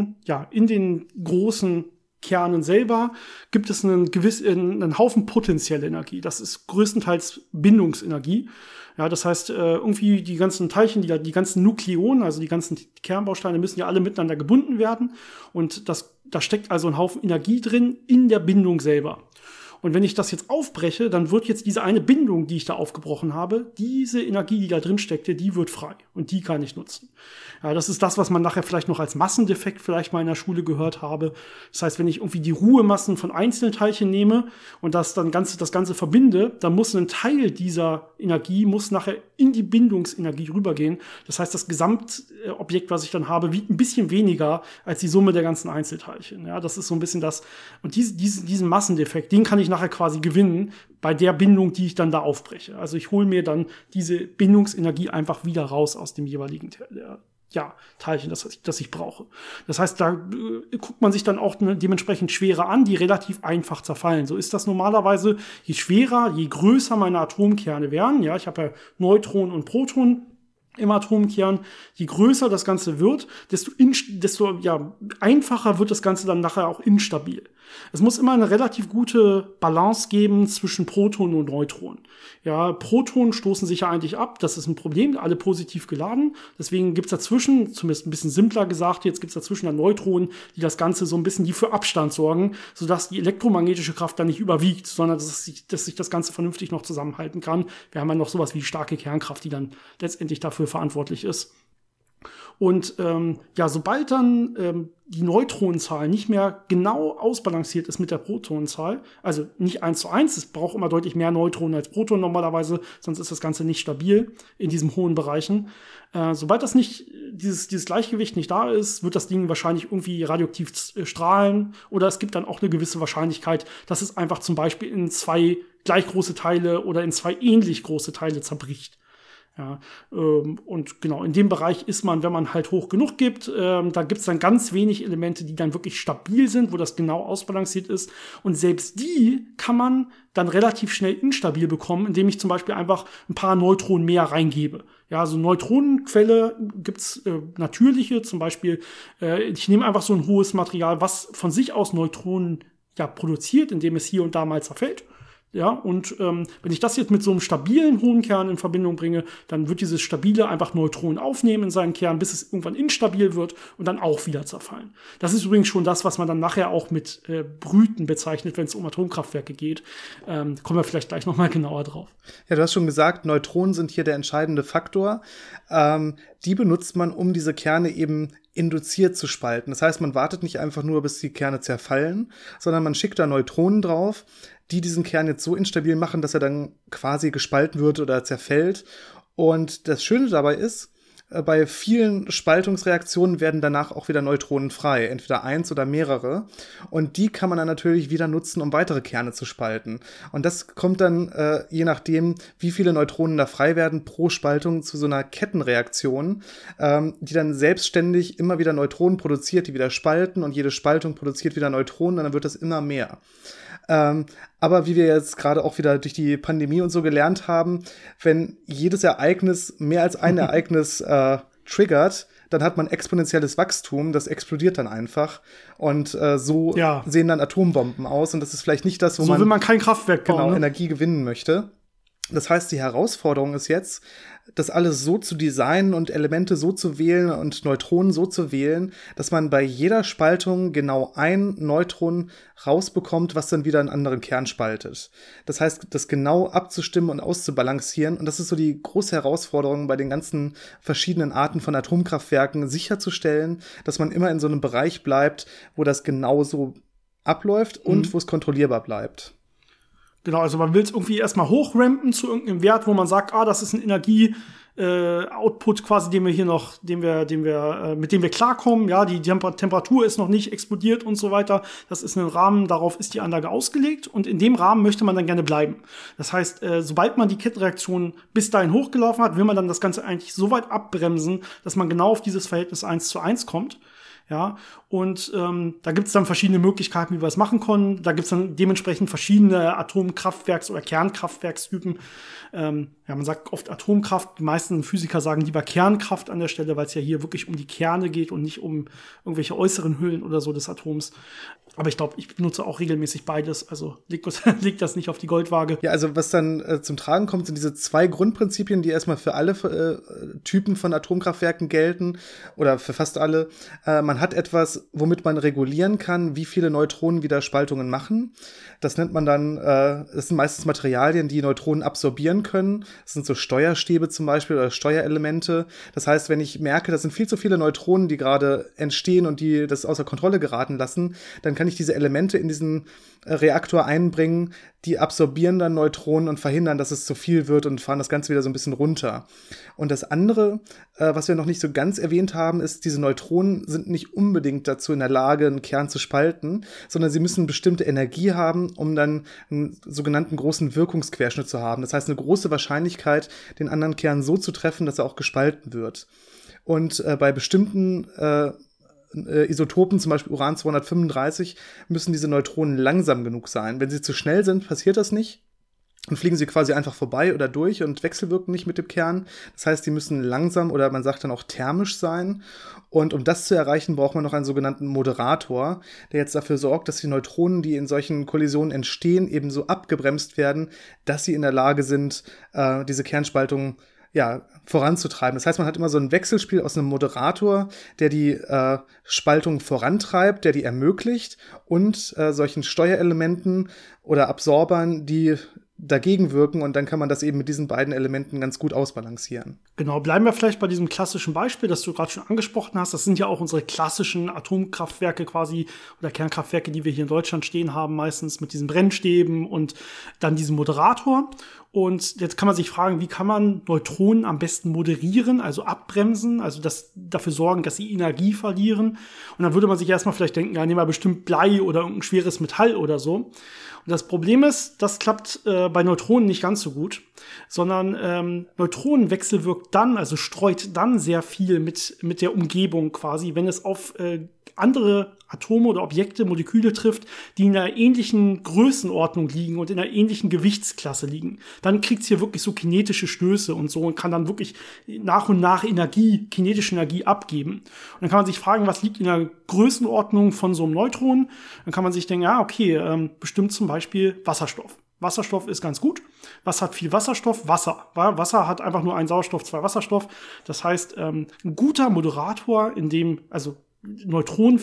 den großen Kernen selber gibt es einen Haufen potenzielle Energie. Das ist größtenteils Bindungsenergie. Ja, das heißt, irgendwie die ganzen Teilchen, die ganzen Nukleonen, also die ganzen Kernbausteine müssen ja alle miteinander gebunden werden. Und da steckt also ein Haufen Energie drin in der Bindung selber. Und wenn ich das jetzt aufbreche, dann wird jetzt diese eine Bindung, die ich da aufgebrochen habe, diese Energie, die da drin steckte, die wird frei. Und die kann ich nutzen. Ja, das ist das, was man nachher vielleicht noch als Massendefekt vielleicht mal in der Schule gehört habe. Das heißt, wenn ich irgendwie die Ruhemassen von einzelnen Teilchen nehme und das Ganze verbinde, dann muss ein Teil dieser Energie nachher in die Bindungsenergie rübergehen. Das heißt, das Gesamtobjekt, was ich dann habe, wiegt ein bisschen weniger als die Summe der ganzen Einzelteilchen. Ja, das ist so ein bisschen das. Und diesen Massendefekt, den kann ich nachher quasi gewinnen bei der Bindung, die ich dann da aufbreche. Also ich hole mir dann diese Bindungsenergie einfach wieder raus aus dem jeweiligen Teilchen, das ich brauche. Das heißt, da guckt man sich dann auch dementsprechend Schwere an, die relativ einfach zerfallen. So ist das normalerweise. Je schwerer, je größer meine Atomkerne werden, ja, ich habe ja Neutronen und Protonen im Atomkern, je größer das Ganze wird, desto einfacher wird das Ganze dann nachher auch instabil. Es muss immer eine relativ gute Balance geben zwischen Protonen und Neutronen. Ja, Protonen stoßen sich ja eigentlich ab, das ist ein Problem, alle positiv geladen. Deswegen gibt's dazwischen, zumindest ein bisschen simpler gesagt, jetzt gibt's dazwischen dann Neutronen, die das Ganze so ein bisschen, die für Abstand sorgen, sodass die elektromagnetische Kraft dann nicht überwiegt, sondern dass sich das Ganze vernünftig noch zusammenhalten kann. Wir haben ja noch sowas wie die starke Kernkraft, die dann letztendlich dafür verantwortlich ist. Und sobald dann die Neutronenzahl nicht mehr genau ausbalanciert ist mit der Protonenzahl, also nicht 1:1, es braucht immer deutlich mehr Neutronen als Protonen normalerweise, sonst ist das Ganze nicht stabil in diesen hohen Bereichen. Sobald das nicht, dieses Gleichgewicht nicht da ist, wird das Ding wahrscheinlich irgendwie radioaktiv strahlen oder es gibt dann auch eine gewisse Wahrscheinlichkeit, dass es einfach zum Beispiel in 2 gleich große Teile oder in 2 ähnlich große Teile zerbricht. Ja, und genau, in dem Bereich ist man, wenn man halt hoch genug gibt, da gibt es dann ganz wenig Elemente, die dann wirklich stabil sind, wo das genau ausbalanciert ist. Und selbst die kann man dann relativ schnell instabil bekommen, indem ich zum Beispiel einfach ein paar Neutronen mehr reingebe. Ja, also Neutronenquelle gibt's natürliche, zum Beispiel, ich nehme einfach so ein hohes Material, was von sich aus Neutronen ja produziert, indem es hier und da mal zerfällt. Ja, und wenn ich das jetzt mit so einem stabilen hohen Kern in Verbindung bringe, dann wird dieses stabile einfach Neutronen aufnehmen in seinen Kern, bis es irgendwann instabil wird und dann auch wieder zerfallen. Das ist übrigens schon das, was man dann nachher auch mit Brüten bezeichnet, wenn es um Atomkraftwerke geht. Kommen wir vielleicht gleich nochmal genauer drauf. Ja, du hast schon gesagt, Neutronen sind hier der entscheidende Faktor. Die benutzt man, um diese Kerne eben induziert zu spalten. Das heißt, man wartet nicht einfach nur, bis die Kerne zerfallen, sondern man schickt da Neutronen drauf, die diesen Kern jetzt so instabil machen, dass er dann quasi gespalten wird oder zerfällt. Und das Schöne dabei ist, bei vielen Spaltungsreaktionen werden danach auch wieder Neutronen frei, entweder eins oder mehrere. Und die kann man dann natürlich wieder nutzen, um weitere Kerne zu spalten. Und das kommt dann, je nachdem, wie viele Neutronen da frei werden, pro Spaltung zu so einer Kettenreaktion, die dann selbstständig immer wieder Neutronen produziert, die wieder spalten. Und jede Spaltung produziert wieder Neutronen, und dann wird das immer mehr. Aber wie wir jetzt gerade auch wieder durch die Pandemie und so gelernt haben, wenn jedes Ereignis mehr als ein Ereignis triggert, dann hat man exponentielles Wachstum, das explodiert dann einfach. Und so sehen dann Atombomben aus. Und das ist vielleicht nicht das, wo so will man kein Kraftwerk bauen, genau, Energie gewinnen möchte. Das heißt, die Herausforderung ist jetzt, das alles so zu designen und Elemente so zu wählen und Neutronen so zu wählen, dass man bei jeder Spaltung genau ein Neutron rausbekommt, was dann wieder einen anderen Kern spaltet. Das heißt, das genau abzustimmen und auszubalancieren. Und das ist so die große Herausforderung bei den ganzen verschiedenen Arten von Atomkraftwerken, sicherzustellen, dass man immer in so einem Bereich bleibt, wo das genauso abläuft und wo es kontrollierbar bleibt. Genau, also man will es irgendwie erstmal hochrampen zu irgendeinem Wert, wo man sagt, das ist ein Energie-Output quasi, den wir hier noch, mit dem wir klarkommen. Ja, die Temperatur ist noch nicht explodiert und so weiter. Das ist ein Rahmen, darauf ist die Anlage ausgelegt und in dem Rahmen möchte man dann gerne bleiben. Das heißt, sobald man die Kettenreaktion bis dahin hochgelaufen hat, will man dann das Ganze eigentlich so weit abbremsen, dass man genau auf dieses Verhältnis 1:1 kommt. Ja, und da gibt es dann verschiedene Möglichkeiten, wie wir es machen können. Da gibt es dann dementsprechend verschiedene Atomkraftwerks- oder Kernkraftwerkstypen. Man sagt oft Atomkraft. Die meisten Physiker sagen lieber Kernkraft an der Stelle, weil es ja hier wirklich um die Kerne geht und nicht um irgendwelche äußeren Hüllen oder so des Atoms. Aber ich glaube, ich benutze auch regelmäßig beides. Also legt das nicht auf die Goldwaage. Ja, also was dann zum Tragen kommt, sind diese zwei Grundprinzipien, die erstmal für alle Typen von Atomkraftwerken gelten oder für fast alle. Man hat etwas, womit man regulieren kann, wie viele Neutronen wieder Spaltungen machen. Das nennt man dann, das sind meistens Materialien, die Neutronen absorbieren können. Das sind so Steuerstäbe zum Beispiel oder Steuerelemente. Das heißt, wenn ich merke, das sind viel zu viele Neutronen, die gerade entstehen und die das außer Kontrolle geraten lassen, dann kann ich diese Elemente in diesen Reaktor einbringen, die absorbieren dann Neutronen und verhindern, dass es zu viel wird und fahren das Ganze wieder so ein bisschen runter. Und das andere, was wir noch nicht so ganz erwähnt haben, ist, diese Neutronen sind nicht unbedingt dazu in der Lage, einen Kern zu spalten, sondern sie müssen bestimmte Energie haben, um dann einen sogenannten großen Wirkungsquerschnitt zu haben. Das heißt, eine große Wahrscheinlichkeit, den anderen Kern so zu treffen, dass er auch gespalten wird. Und bei bestimmten Isotopen, zum Beispiel Uran-235, müssen diese Neutronen langsam genug sein. Wenn sie zu schnell sind, passiert das nicht. Und fliegen sie quasi einfach vorbei oder durch und wechselwirken nicht mit dem Kern. Das heißt, die müssen langsam oder man sagt dann auch thermisch sein. Und um das zu erreichen, braucht man noch einen sogenannten Moderator, der jetzt dafür sorgt, dass die Neutronen, die in solchen Kollisionen entstehen, eben so abgebremst werden, dass sie in der Lage sind, diese Kernspaltung voranzutreiben. Das heißt, man hat immer so ein Wechselspiel aus einem Moderator, der die Spaltung vorantreibt, der die ermöglicht und solchen Steuerelementen oder Absorbern, die dagegen wirken, und dann kann man das eben mit diesen beiden Elementen ganz gut ausbalancieren. Genau, bleiben wir vielleicht bei diesem klassischen Beispiel, das du gerade schon angesprochen hast. Das sind ja auch unsere klassischen Atomkraftwerke quasi oder Kernkraftwerke, die wir hier in Deutschland stehen haben, meistens mit diesen Brennstäben und dann diesem Moderator. Und jetzt kann man sich fragen, wie kann man Neutronen am besten moderieren, also abbremsen, also dafür sorgen, dass sie Energie verlieren. Und dann würde man sich erstmal vielleicht denken, ja, nehmen wir bestimmt Blei oder irgendein schweres Metall oder so. Und das Problem ist, das klappt bei Neutronen nicht ganz so gut, sondern Neutronenwechsel wirkt dann, also streut dann sehr viel mit der Umgebung quasi, wenn es auf andere Atome oder Objekte, Moleküle trifft, die in einer ähnlichen Größenordnung liegen und in einer ähnlichen Gewichtsklasse liegen. Dann kriegt's hier wirklich so kinetische Stöße und so und kann dann wirklich nach und nach kinetische Energie abgeben. Und dann kann man sich fragen, was liegt in der Größenordnung von so einem Neutron? Dann kann man sich denken, ja, okay, bestimmt zum Beispiel Wasserstoff. Wasserstoff ist ganz gut. Was hat viel Wasserstoff? Wasser. Wasser hat einfach nur einen Sauerstoff, 2 Wasserstoff. Das heißt, ein guter Moderator, an dem Neutronen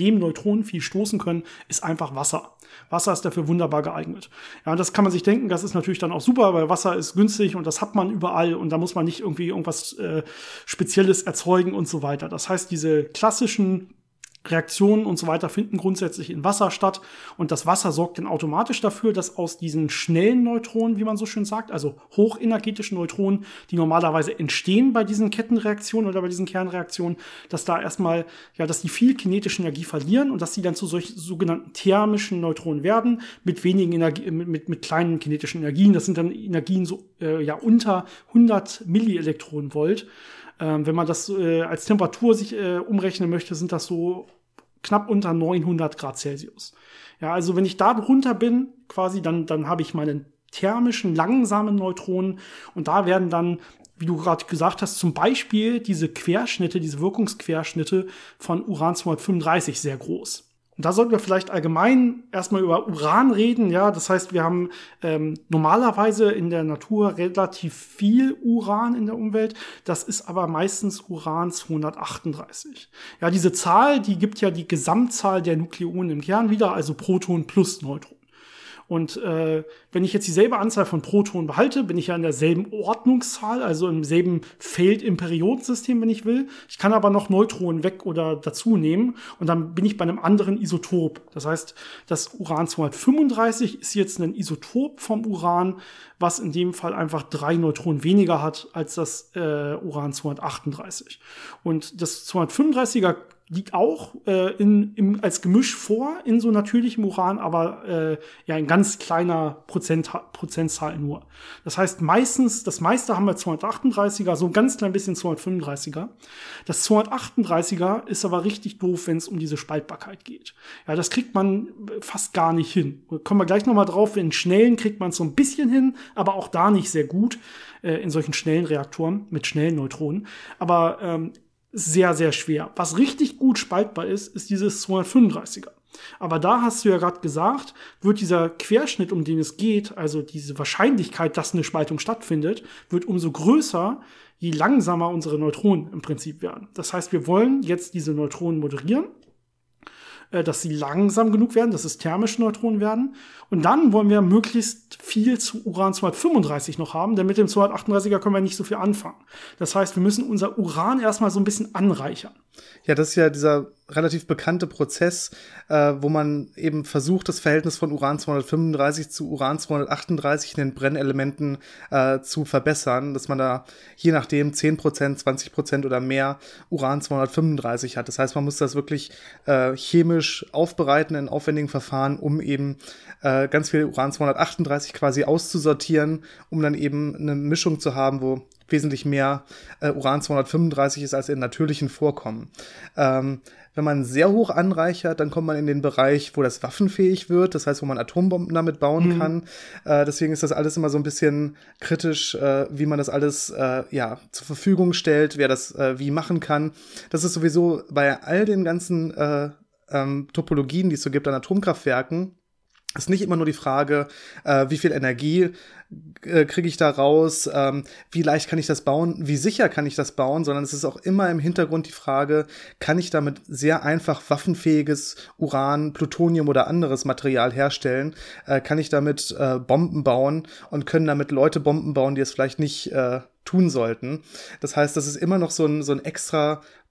viel stoßen können, ist einfach Wasser. Wasser ist dafür wunderbar geeignet. Ja, und das kann man sich denken, das ist natürlich dann auch super, weil Wasser ist günstig und das hat man überall und da muss man nicht irgendwie irgendwas Spezielles erzeugen und so weiter. Das heißt, diese klassischen Reaktionen und so weiter finden grundsätzlich in Wasser statt und das Wasser sorgt dann automatisch dafür, dass aus diesen schnellen Neutronen, wie man so schön sagt, also hochenergetischen Neutronen, die normalerweise entstehen bei diesen Kettenreaktionen oder bei diesen Kernreaktionen, dass da erstmal, dass die viel kinetische Energie verlieren und dass sie dann zu solchen sogenannten thermischen Neutronen werden, mit wenigen Energie, mit kleinen kinetischen Energien. Das sind dann Energien so, unter 100 Millielektronenvolt. Wenn man das als Temperatur sich umrechnen möchte, sind das so knapp unter 900 Grad Celsius. Ja, also wenn ich da drunter bin, quasi, dann habe ich meine thermischen, langsamen Neutronen und da werden dann, wie du gerade gesagt hast, zum Beispiel diese Wirkungsquerschnitte von Uran-235 sehr groß. Und da sollten wir vielleicht allgemein erstmal über Uran reden. Ja, das heißt, wir haben normalerweise in der Natur relativ viel Uran in der Umwelt. Das ist aber meistens Uran-238. Ja, diese Zahl, die gibt ja die Gesamtzahl der Nukleonen im Kern wieder, also Proton plus Neutron. Und wenn ich jetzt dieselbe Anzahl von Protonen behalte, bin ich ja in derselben Ordnungszahl, also im selben Feld im Periodensystem, wenn ich will. Ich kann aber noch Neutronen weg oder dazu nehmen und dann bin ich bei einem anderen Isotop. Das heißt, das Uran-235 ist jetzt ein Isotop vom Uran, was in dem Fall einfach 3 Neutronen weniger hat als das Uran-238. Und das 235er liegt auch als Gemisch vor in so natürlichem Uran, aber in ganz kleiner Prozentzahl nur. Das heißt, das meiste haben wir 238er, so ein ganz klein bisschen 235er. Das 238er ist aber richtig doof, wenn es um diese Spaltbarkeit geht. Ja, das kriegt man fast gar nicht hin. Da kommen wir gleich nochmal drauf, in schnellen kriegt man es so ein bisschen hin, aber auch da nicht sehr gut in solchen schnellen Reaktoren mit schnellen Neutronen. Aber sehr, sehr schwer. Was richtig gut spaltbar ist dieses 235er. Aber da hast du ja gerade gesagt, wird dieser Querschnitt, um den es geht, also diese Wahrscheinlichkeit, dass eine Spaltung stattfindet, wird umso größer, je langsamer unsere Neutronen im Prinzip werden. Das heißt, wir wollen jetzt diese Neutronen moderieren, dass sie langsam genug werden, dass es thermische Neutronen werden. Und dann wollen wir möglichst viel zu Uran-235 noch haben, denn mit dem 238er können wir nicht so viel anfangen. Das heißt, wir müssen unser Uran erstmal so ein bisschen anreichern. Ja, das ist ja dieser relativ bekannte Prozess, wo man eben versucht, das Verhältnis von Uran-235 zu Uran-238 in den Brennelementen zu verbessern, dass man da je nachdem 10%, 20% oder mehr Uran-235 hat. Das heißt, man muss das wirklich chemisch aufbereiten in aufwendigen Verfahren, um eben ganz viel Uran-238 quasi auszusortieren, um dann eben eine Mischung zu haben, wo wesentlich mehr Uran-235 ist als in natürlichen Vorkommen. Wenn man sehr hoch anreichert, dann kommt man in den Bereich, wo das waffenfähig wird, das heißt, wo man Atombomben damit bauen kann. Deswegen ist das alles immer so ein bisschen kritisch, wie man das alles zur Verfügung stellt, wer das wie machen kann. Das ist sowieso bei all den ganzen Topologien, die es so gibt an Atomkraftwerken, ist nicht immer nur die Frage, wie viel Energie kriege ich da raus, wie leicht kann ich das bauen, wie sicher kann ich das bauen, sondern es ist auch immer im Hintergrund die Frage, kann ich damit sehr einfach waffenfähiges Uran, Plutonium oder anderes Material herstellen, kann ich damit Bomben bauen und können damit Leute Bomben bauen, die es vielleicht nicht tun sollten. Das heißt, das ist immer noch so ein extra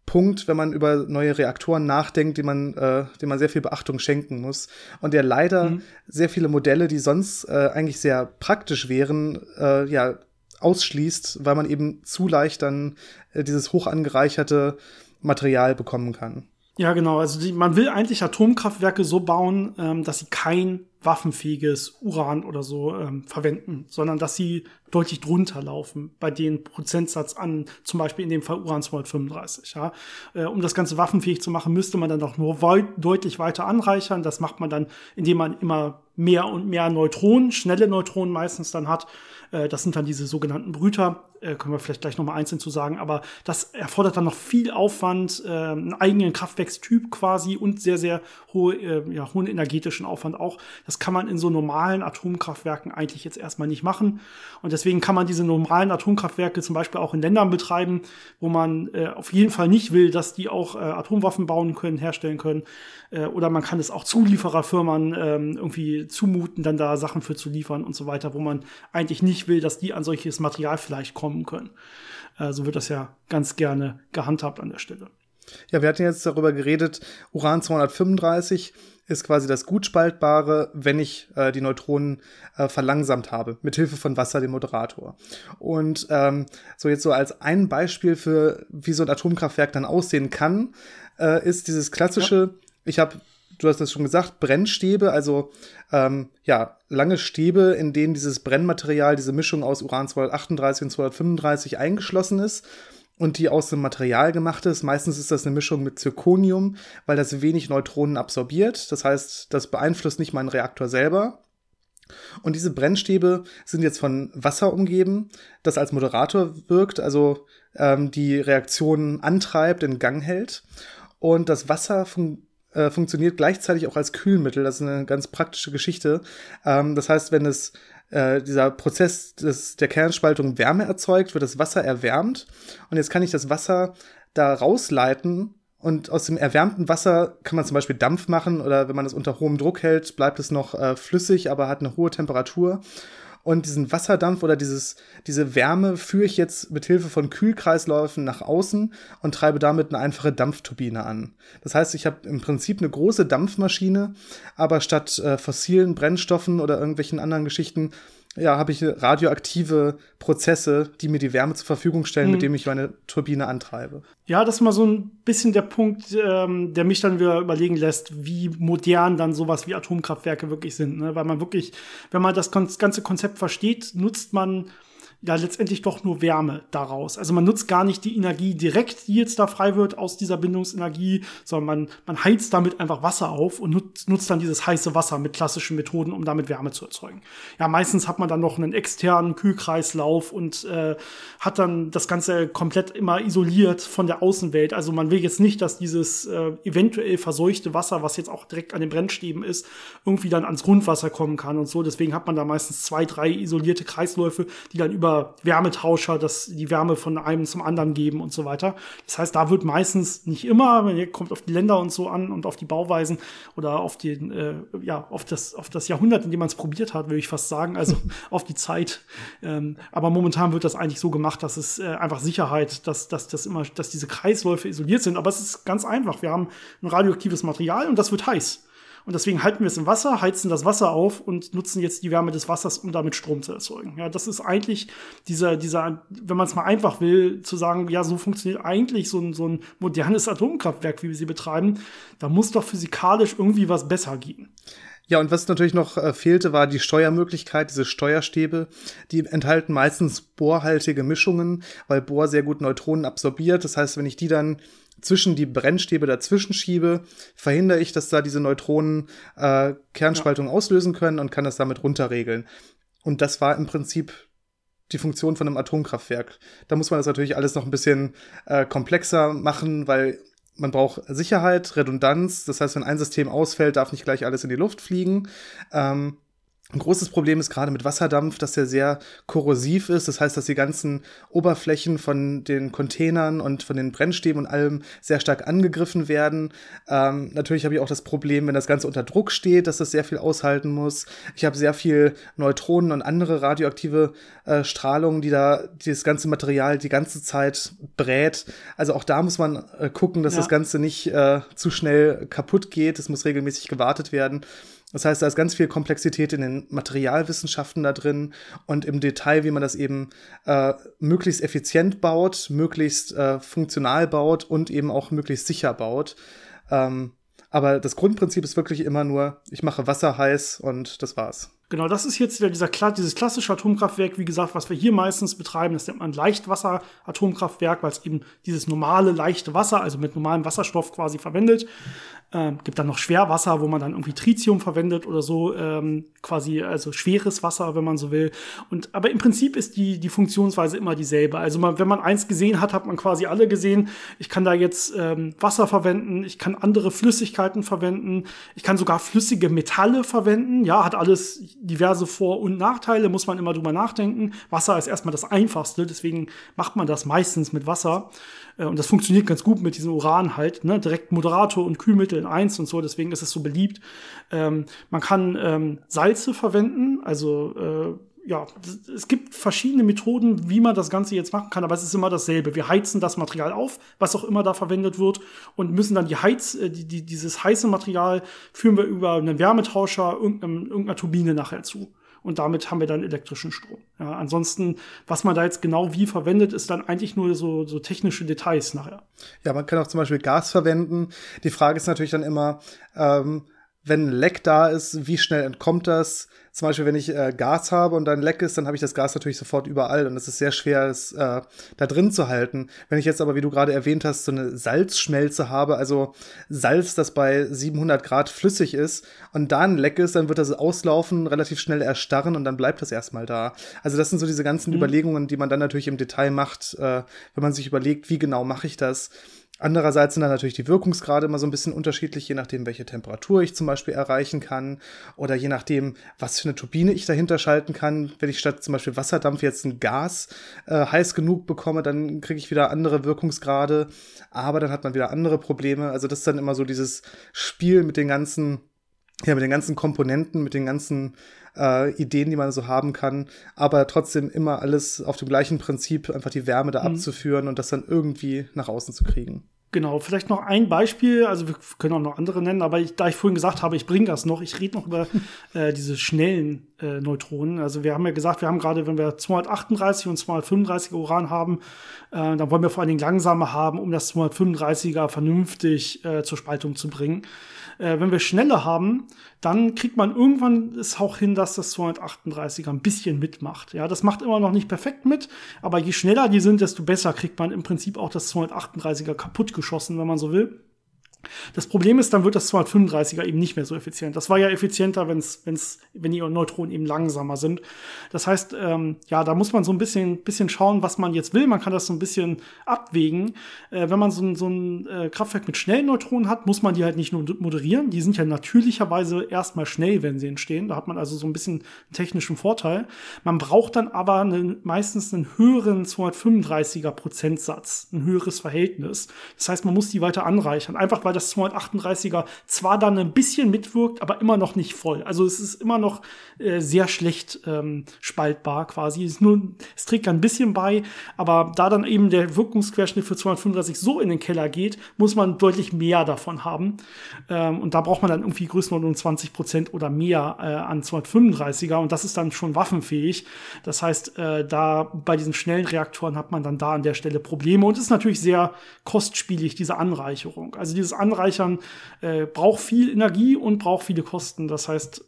Punkt, wenn man über neue Reaktoren nachdenkt, dem man sehr viel Beachtung schenken muss. Und der leider sehr viele Modelle, die sonst eigentlich sehr praktisch wären, ausschließt, weil man eben zu leicht dann dieses hoch angereicherte Material bekommen kann. Ja, genau. Also man will eigentlich Atomkraftwerke so bauen, dass sie kein waffenfähiges Uran oder so verwenden, sondern dass sie deutlich drunter laufen bei den Prozentsatz an, zum Beispiel in dem Fall Uran 235. Ja. Um das Ganze waffenfähig zu machen, müsste man dann doch nur deutlich weiter anreichern. Das macht man dann, indem man immer mehr und mehr Neutronen, schnelle Neutronen meistens dann hat. Das sind dann diese sogenannten Brüter, können wir vielleicht gleich nochmal einzeln zu sagen, aber das erfordert dann noch viel Aufwand, einen eigenen Kraftwerkstyp quasi und sehr, sehr hohen energetischen Aufwand auch. Das kann man in so normalen Atomkraftwerken eigentlich jetzt erstmal nicht machen. Und deswegen kann man diese normalen Atomkraftwerke zum Beispiel auch in Ländern betreiben, wo man auf jeden Fall nicht will, dass die auch Atomwaffen bauen können, herstellen können. Oder man kann es auch Zuliefererfirmen irgendwie zumuten, dann da Sachen für zu liefern und so weiter, wo man eigentlich nicht will, dass die an solches Material vielleicht kommen können. So wird das ja ganz gerne gehandhabt an der Stelle. Ja, wir hatten jetzt darüber geredet, Uran 235 ist quasi das gut spaltbare, wenn ich die Neutronen verlangsamt habe, mit Hilfe von Wasser, dem Moderator. Und so jetzt so als ein Beispiel für, wie so ein Atomkraftwerk dann aussehen kann, ist dieses klassische, du hast das schon gesagt, Brennstäbe, also lange Stäbe, in denen dieses Brennmaterial, diese Mischung aus Uran 238 und 235 eingeschlossen ist und die aus dem Material gemacht ist. Meistens ist das eine Mischung mit Zirconium, weil das wenig Neutronen absorbiert. Das heißt, das beeinflusst nicht meinen Reaktor selber. Und diese Brennstäbe sind jetzt von Wasser umgeben, das als Moderator wirkt, also die Reaktion antreibt, in Gang hält. Und das Wasser funktioniert gleichzeitig auch als Kühlmittel. Das ist eine ganz praktische Geschichte. Das heißt, wenn dieser Prozess der Kernspaltung Wärme erzeugt, wird das Wasser erwärmt. Und jetzt kann ich das Wasser da rausleiten. Und aus dem erwärmten Wasser kann man zum Beispiel Dampf machen. Oder wenn man es unter hohem Druck hält, bleibt es noch flüssig, aber hat eine hohe Temperatur. Und diesen Wasserdampf oder diese Wärme führe ich jetzt mit Hilfe von Kühlkreisläufen nach außen und treibe damit eine einfache Dampfturbine an. Das heißt, ich habe im Prinzip eine große Dampfmaschine, aber statt fossilen Brennstoffen oder irgendwelchen anderen Geschichten, habe ich radioaktive Prozesse, die mir die Wärme zur Verfügung stellen, mit dem ich meine Turbine antreibe. Ja, das ist mal so ein bisschen der Punkt, der mich dann wieder überlegen lässt, wie modern dann sowas wie Atomkraftwerke wirklich sind. Ne? Weil man wirklich, wenn man das ganze Konzept versteht, nutzt man ja letztendlich doch nur Wärme daraus. Also man nutzt gar nicht die Energie direkt, die jetzt da frei wird aus dieser Bindungsenergie, sondern man heizt damit einfach Wasser auf und nutzt dann dieses heiße Wasser mit klassischen Methoden, um damit Wärme zu erzeugen. Ja, meistens hat man dann noch einen externen Kühlkreislauf und hat dann das Ganze komplett immer isoliert von der Außenwelt. Also man will jetzt nicht, dass dieses eventuell verseuchte Wasser, was jetzt auch direkt an den Brennstäben ist, irgendwie dann ans Grundwasser kommen kann und so. Deswegen hat man da meistens 2, 3 isolierte Kreisläufe, die dann über Wärmetauscher, dass die Wärme von einem zum anderen geben und so weiter. Das heißt, da wird meistens nicht immer, kommt auf die Länder und so an und auf die Bauweisen oder auf auf das Jahrhundert, in dem man es probiert hat, würde ich fast sagen, also auf die Zeit. Aber momentan wird das eigentlich so gemacht, dass es einfach Sicherheit, dass diese Kreisläufe isoliert sind. Aber es ist ganz einfach. Wir haben ein radioaktives Material und das wird heiß. Und deswegen halten wir es im Wasser, heizen das Wasser auf und nutzen jetzt die Wärme des Wassers, um damit Strom zu erzeugen. Ja, das ist eigentlich dieser, wenn man es mal einfach will, zu sagen, ja, so funktioniert eigentlich so ein modernes Atomkraftwerk, wie wir sie betreiben. Da muss doch physikalisch irgendwie was besser gehen. Ja, und was natürlich noch fehlte, war die Steuermöglichkeit, diese Steuerstäbe. Die enthalten meistens bohrhaltige Mischungen, weil Bohr sehr gut Neutronen absorbiert. Das heißt, wenn ich die dann zwischen die Brennstäbe dazwischen schiebe, verhindere ich, dass da diese Neutronen Kernspaltung auslösen können und kann das damit runterregeln. Und das war im Prinzip die Funktion von einem Atomkraftwerk. Da muss man das natürlich alles noch ein bisschen komplexer machen, weil man braucht Sicherheit, Redundanz. Das heißt, wenn ein System ausfällt, darf nicht gleich alles in die Luft fliegen. Ein großes Problem ist gerade mit Wasserdampf, dass der sehr korrosiv ist. Das heißt, dass die ganzen Oberflächen von den Containern und von den Brennstäben und allem sehr stark angegriffen werden. Natürlich habe ich auch das Problem, wenn das Ganze unter Druck steht, dass das sehr viel aushalten muss. Ich habe sehr viel Neutronen und andere radioaktive Strahlung, die da dieses ganze Material die ganze Zeit brät. Also auch da muss man gucken, dass das Ganze nicht zu schnell kaputt geht. Es muss regelmäßig gewartet werden. Das heißt, da ist ganz viel Komplexität in den Materialwissenschaften da drin und im Detail, wie man das eben möglichst effizient baut, möglichst funktional baut und eben auch möglichst sicher baut. Aber das Grundprinzip ist wirklich immer nur, ich mache Wasser heiß und das war's. Genau, das ist jetzt wieder dieses klassische Atomkraftwerk, wie gesagt, was wir hier meistens betreiben, das nennt man Leichtwasser-Atomkraftwerk, weil es eben dieses normale, leichte Wasser, also mit normalem Wasserstoff quasi verwendet. Gibt dann noch Schwerwasser, wo man dann irgendwie Tritium verwendet oder so, quasi, also schweres Wasser, wenn man so will. Aber im Prinzip ist die Funktionsweise immer dieselbe. Also wenn man eins gesehen hat, hat man quasi alle gesehen. Ich kann da jetzt Wasser verwenden, ich kann andere Flüssigkeiten verwenden, ich kann sogar flüssige Metalle verwenden. Ja, hat alles diverse Vor- und Nachteile, muss man immer drüber nachdenken. Wasser ist erstmal das Einfachste, deswegen macht man das meistens mit Wasser. Und das funktioniert ganz gut mit diesem Uran halt, ne? Direkt Moderator und Kühlmittel in eins und so, deswegen ist es so beliebt. Man kann Salze verwenden, also es gibt verschiedene Methoden, wie man das Ganze jetzt machen kann, aber es ist immer dasselbe. Wir heizen das Material auf, was auch immer da verwendet wird, und müssen dann dieses heiße Material führen wir über einen Wärmetauscher irgendeiner Turbine nachher zu. Und damit haben wir dann elektrischen Strom. Ja, ansonsten, was man da jetzt genau wie verwendet, ist dann eigentlich nur so technische Details nachher. Ja, man kann auch zum Beispiel Gas verwenden. Die Frage ist natürlich dann immer, wenn ein Leck da ist, wie schnell entkommt das? Zum Beispiel, wenn ich Gas habe und dann ein Leck ist, dann habe ich das Gas natürlich sofort überall und es ist sehr schwer, es da drin zu halten. Wenn ich jetzt aber, wie du gerade erwähnt hast, so eine Salzschmelze habe, also Salz, das bei 700 Grad flüssig ist und da ein Leck ist, dann wird das auslaufen, relativ schnell erstarren und dann bleibt das erstmal da. Also das sind so diese ganzen Überlegungen, die man dann natürlich im Detail macht, wenn man sich überlegt, wie genau mache ich das. Andererseits sind dann natürlich die Wirkungsgrade immer so ein bisschen unterschiedlich, je nachdem, welche Temperatur ich zum Beispiel erreichen kann oder je nachdem, was für eine Turbine ich dahinter schalten kann. Wenn ich statt zum Beispiel Wasserdampf jetzt ein Gas heiß genug bekomme, dann kriege ich wieder andere Wirkungsgrade, aber dann hat man wieder andere Probleme. Also das ist dann immer so dieses Spiel mit den ganzen Komponenten, mit den ganzen Ideen, die man so haben kann, aber trotzdem immer alles auf dem gleichen Prinzip, einfach die Wärme da abzuführen und das dann irgendwie nach außen zu kriegen. Genau, vielleicht noch ein Beispiel, also wir können auch noch andere nennen, aber da ich vorhin gesagt habe, ich bringe das noch, ich rede noch über diese schnellen Neutronen. Also wir haben ja gesagt, wir haben gerade, wenn wir 238 und 235er Uran haben, dann wollen wir vor allen Dingen langsame haben, um das 235er vernünftig zur Spaltung zu bringen. Wenn wir schneller haben, dann kriegt man irgendwann es auch hin, dass das 238er ein bisschen mitmacht. Ja, das macht immer noch nicht perfekt mit, aber je schneller die sind, desto besser kriegt man im Prinzip auch das 238er kaputt geschossen, wenn man so will. Das Problem ist, dann wird das 235er eben nicht mehr so effizient. Das war ja effizienter, wenn die Neutronen eben langsamer sind. Das heißt, da muss man so ein bisschen schauen, was man jetzt will. Man kann das so ein bisschen abwägen. Wenn man so ein Kraftwerk mit schnellen Neutronen hat, muss man die halt nicht nur moderieren. Die sind ja natürlicherweise erstmal schnell, wenn sie entstehen. Da hat man also so ein bisschen einen technischen Vorteil. Man braucht dann aber meistens einen höheren 235er Prozentsatz, ein höheres Verhältnis. Das heißt, man muss die weiter anreichern. Einfach weil das 238er zwar dann ein bisschen mitwirkt, aber immer noch nicht voll. Also es ist immer noch sehr schlecht spaltbar quasi. Es trägt ein bisschen bei, aber da dann eben der Wirkungsquerschnitt für 235 so in den Keller geht, muss man deutlich mehr davon haben. Und da braucht man dann irgendwie Größenordnung 20% oder mehr an 235er und das ist dann schon waffenfähig. Das heißt, da bei diesen schnellen Reaktoren hat man dann da an der Stelle Probleme und ist natürlich sehr kostspielig, diese Anreicherung. Also dieses Anreichern braucht viel Energie und braucht viele Kosten. Das heißt,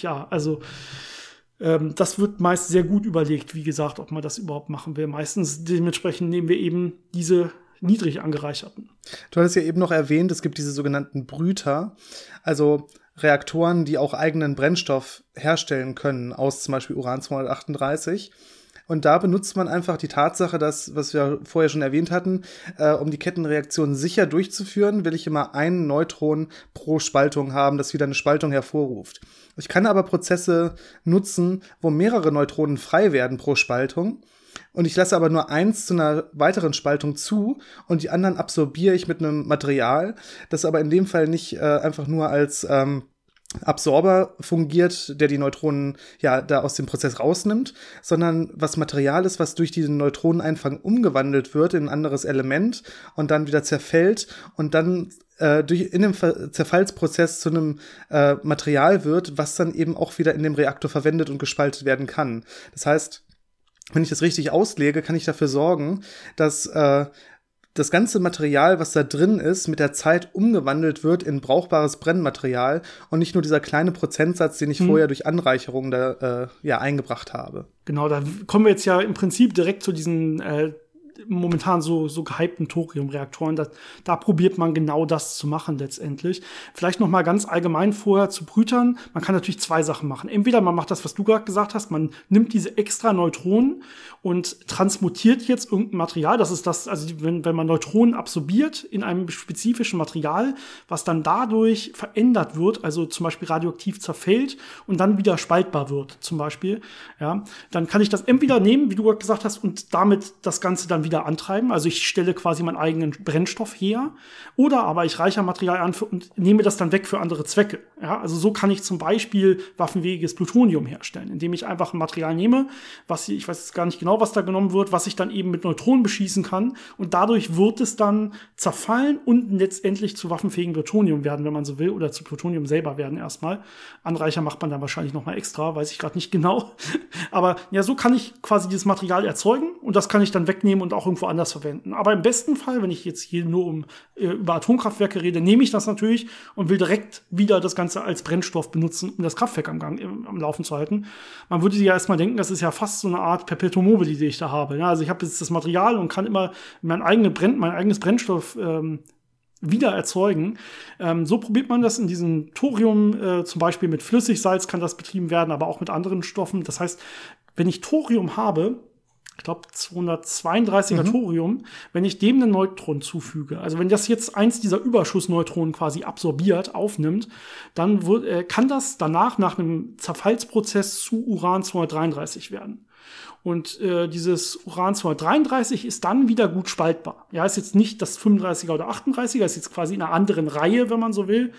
das wird meist sehr gut überlegt, wie gesagt, ob man das überhaupt machen will. Meistens dementsprechend nehmen wir eben diese niedrig angereicherten. Du hattest ja eben noch erwähnt, es gibt diese sogenannten Brüter, also Reaktoren, die auch eigenen Brennstoff herstellen können aus zum Beispiel Uran-238. Und da benutzt man einfach die Tatsache, dass, was wir vorher schon erwähnt hatten, um die Kettenreaktion sicher durchzuführen, will ich immer ein Neutron pro Spaltung haben, das wieder eine Spaltung hervorruft. Ich kann aber Prozesse nutzen, wo mehrere Neutronen frei werden pro Spaltung. Und ich lasse aber nur eins zu einer weiteren Spaltung zu und die anderen absorbiere ich mit einem Material, das aber in dem Fall nicht einfach nur als Absorber fungiert, der die Neutronen ja da aus dem Prozess rausnimmt, sondern was Material ist, was durch diesen Neutroneneinfang umgewandelt wird in ein anderes Element und dann wieder zerfällt und dann in dem Zerfallsprozess zu einem Material wird, was dann eben auch wieder in dem Reaktor verwendet und gespaltet werden kann. Das heißt, wenn ich das richtig auslege, kann ich dafür sorgen, dass das ganze Material, was da drin ist, mit der Zeit umgewandelt wird in brauchbares Brennmaterial und nicht nur dieser kleine Prozentsatz, den ich vorher durch Anreicherung da eingebracht habe. Genau, da kommen wir jetzt ja im Prinzip direkt zu diesen momentan so gehypten Thoriumreaktoren. Da probiert man genau das zu machen letztendlich. Vielleicht noch mal ganz allgemein vorher zu brütern. Man kann natürlich zwei Sachen machen. Entweder man macht das, was du gerade gesagt hast, man nimmt diese extra Neutronen und transmutiert jetzt irgendein Material. Das ist das, also wenn man Neutronen absorbiert in einem spezifischen Material, was dann dadurch verändert wird, also zum Beispiel radioaktiv zerfällt und dann wieder spaltbar wird, zum Beispiel. Ja, dann kann ich das entweder nehmen, wie du gerade gesagt hast, und damit das Ganze dann wieder antreiben. Also ich stelle quasi meinen eigenen Brennstoff her. Oder aber ich reichere Material an und nehme das dann weg für andere Zwecke. Ja, also so kann ich zum Beispiel waffenfähiges Plutonium herstellen, indem ich einfach ein Material nehme, ich weiß jetzt gar nicht genau, was da genommen wird, was ich dann eben mit Neutronen beschießen kann. Und dadurch wird es dann zerfallen und letztendlich zu waffenfähigem Plutonium werden, wenn man so will, oder zu Plutonium selber werden erstmal. Anreicher macht man dann wahrscheinlich noch mal extra, weiß ich gerade nicht genau. Aber ja, so kann ich quasi dieses Material erzeugen und das kann ich dann wegnehmen und auch irgendwo anders verwenden. Aber im besten Fall, wenn ich jetzt hier nur über Atomkraftwerke rede, nehme ich das natürlich und will direkt wieder das Ganze als Brennstoff benutzen, um das Kraftwerk am Laufen zu halten. Man würde sich ja erstmal denken, das ist ja fast so eine Art Perpetuum mobile, die ich da habe. Ja, also ich habe jetzt das Material und kann immer mein eigenes Brennstoff wieder erzeugen. So probiert man das in diesem Thorium, zum Beispiel mit Flüssigsalz kann das betrieben werden, aber auch mit anderen Stoffen. Das heißt, wenn ich Thorium habe, ich glaube 232er Thorium, wenn ich dem einen Neutron zufüge, also wenn das jetzt eins dieser Überschussneutronen quasi absorbiert, aufnimmt, dann kann das danach nach einem Zerfallsprozess zu Uran-233 werden. Und dieses Uran-233 ist dann wieder gut spaltbar. Ja, ist jetzt nicht das 35er oder 38er, ist jetzt quasi in einer anderen Reihe, wenn man so will.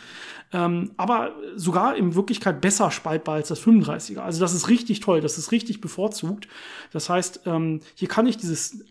Aber sogar in Wirklichkeit besser spaltbar als das 35er. Also das ist richtig toll, das ist richtig bevorzugt. Das heißt, hier kann ich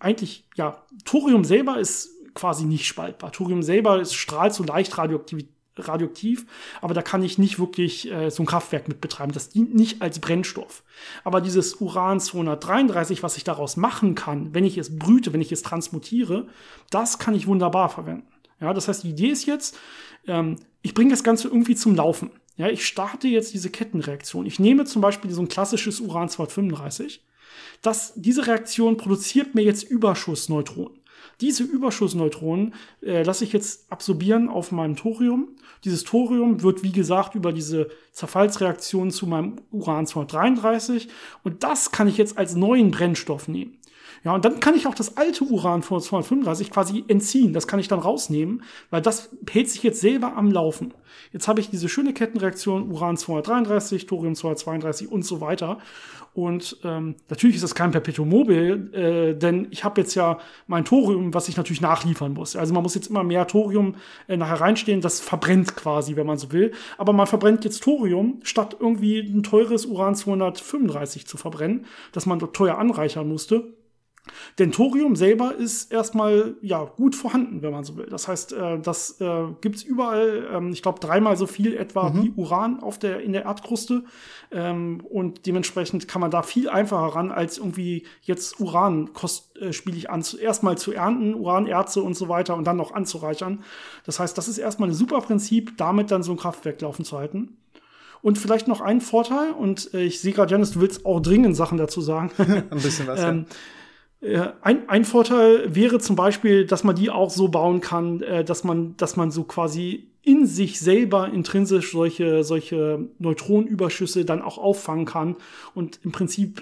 Thorium selber ist quasi nicht spaltbar. Thorium selber strahlt so leicht radioaktiv, aber da kann ich nicht wirklich so ein Kraftwerk mit betreiben. Das dient nicht als Brennstoff. Aber dieses Uran-233, was ich daraus machen kann, wenn ich es brüte, wenn ich es transmutiere, das kann ich wunderbar verwenden. Ja, das heißt, die Idee ist jetzt, ich bringe das Ganze irgendwie zum Laufen. Ja, ich starte jetzt diese Kettenreaktion. Ich nehme zum Beispiel so ein klassisches Uran-235. Diese Reaktion produziert mir jetzt Überschussneutronen. Diese Überschussneutronen lasse ich jetzt absorbieren auf meinem Thorium. Dieses Thorium wird, wie gesagt, über diese Zerfallsreaktion zu meinem Uran-233 und das kann ich jetzt als neuen Brennstoff nehmen. Ja, und dann kann ich auch das alte Uran-235 quasi entziehen. Das kann ich dann rausnehmen, weil das hält sich jetzt selber am Laufen. Jetzt habe ich diese schöne Kettenreaktion Uran-233, Thorium-232 und so weiter. Und natürlich ist das kein Perpetuum mobile, denn ich habe jetzt ja mein Thorium, was ich natürlich nachliefern muss. Also man muss jetzt immer mehr Thorium nachher reinstellen, das verbrennt quasi, wenn man so will. Aber man verbrennt jetzt Thorium, statt irgendwie ein teures Uran-235 zu verbrennen, das man dort teuer anreichern musste. Denn Thorium selber ist erstmal gut vorhanden, wenn man so will. Das heißt, das gibt's überall, ich glaube 3-mal so viel etwa wie Uran in der Erdkruste. Und dementsprechend kann man da viel einfacher ran, als irgendwie jetzt Uran kostspielig erstmal zu ernten, Uranerze und so weiter und dann noch anzureichern. Das heißt, das ist erstmal ein super Prinzip, damit dann so ein Kraftwerk laufen zu halten. Und vielleicht noch ein Vorteil, und ich sehe gerade, Janis, du willst auch dringend Sachen dazu sagen. Ein bisschen was, ja. Ein Vorteil wäre zum Beispiel, dass man die auch so bauen kann, dass man so quasi in sich selber intrinsisch solche Neutronenüberschüsse dann auch auffangen kann und im Prinzip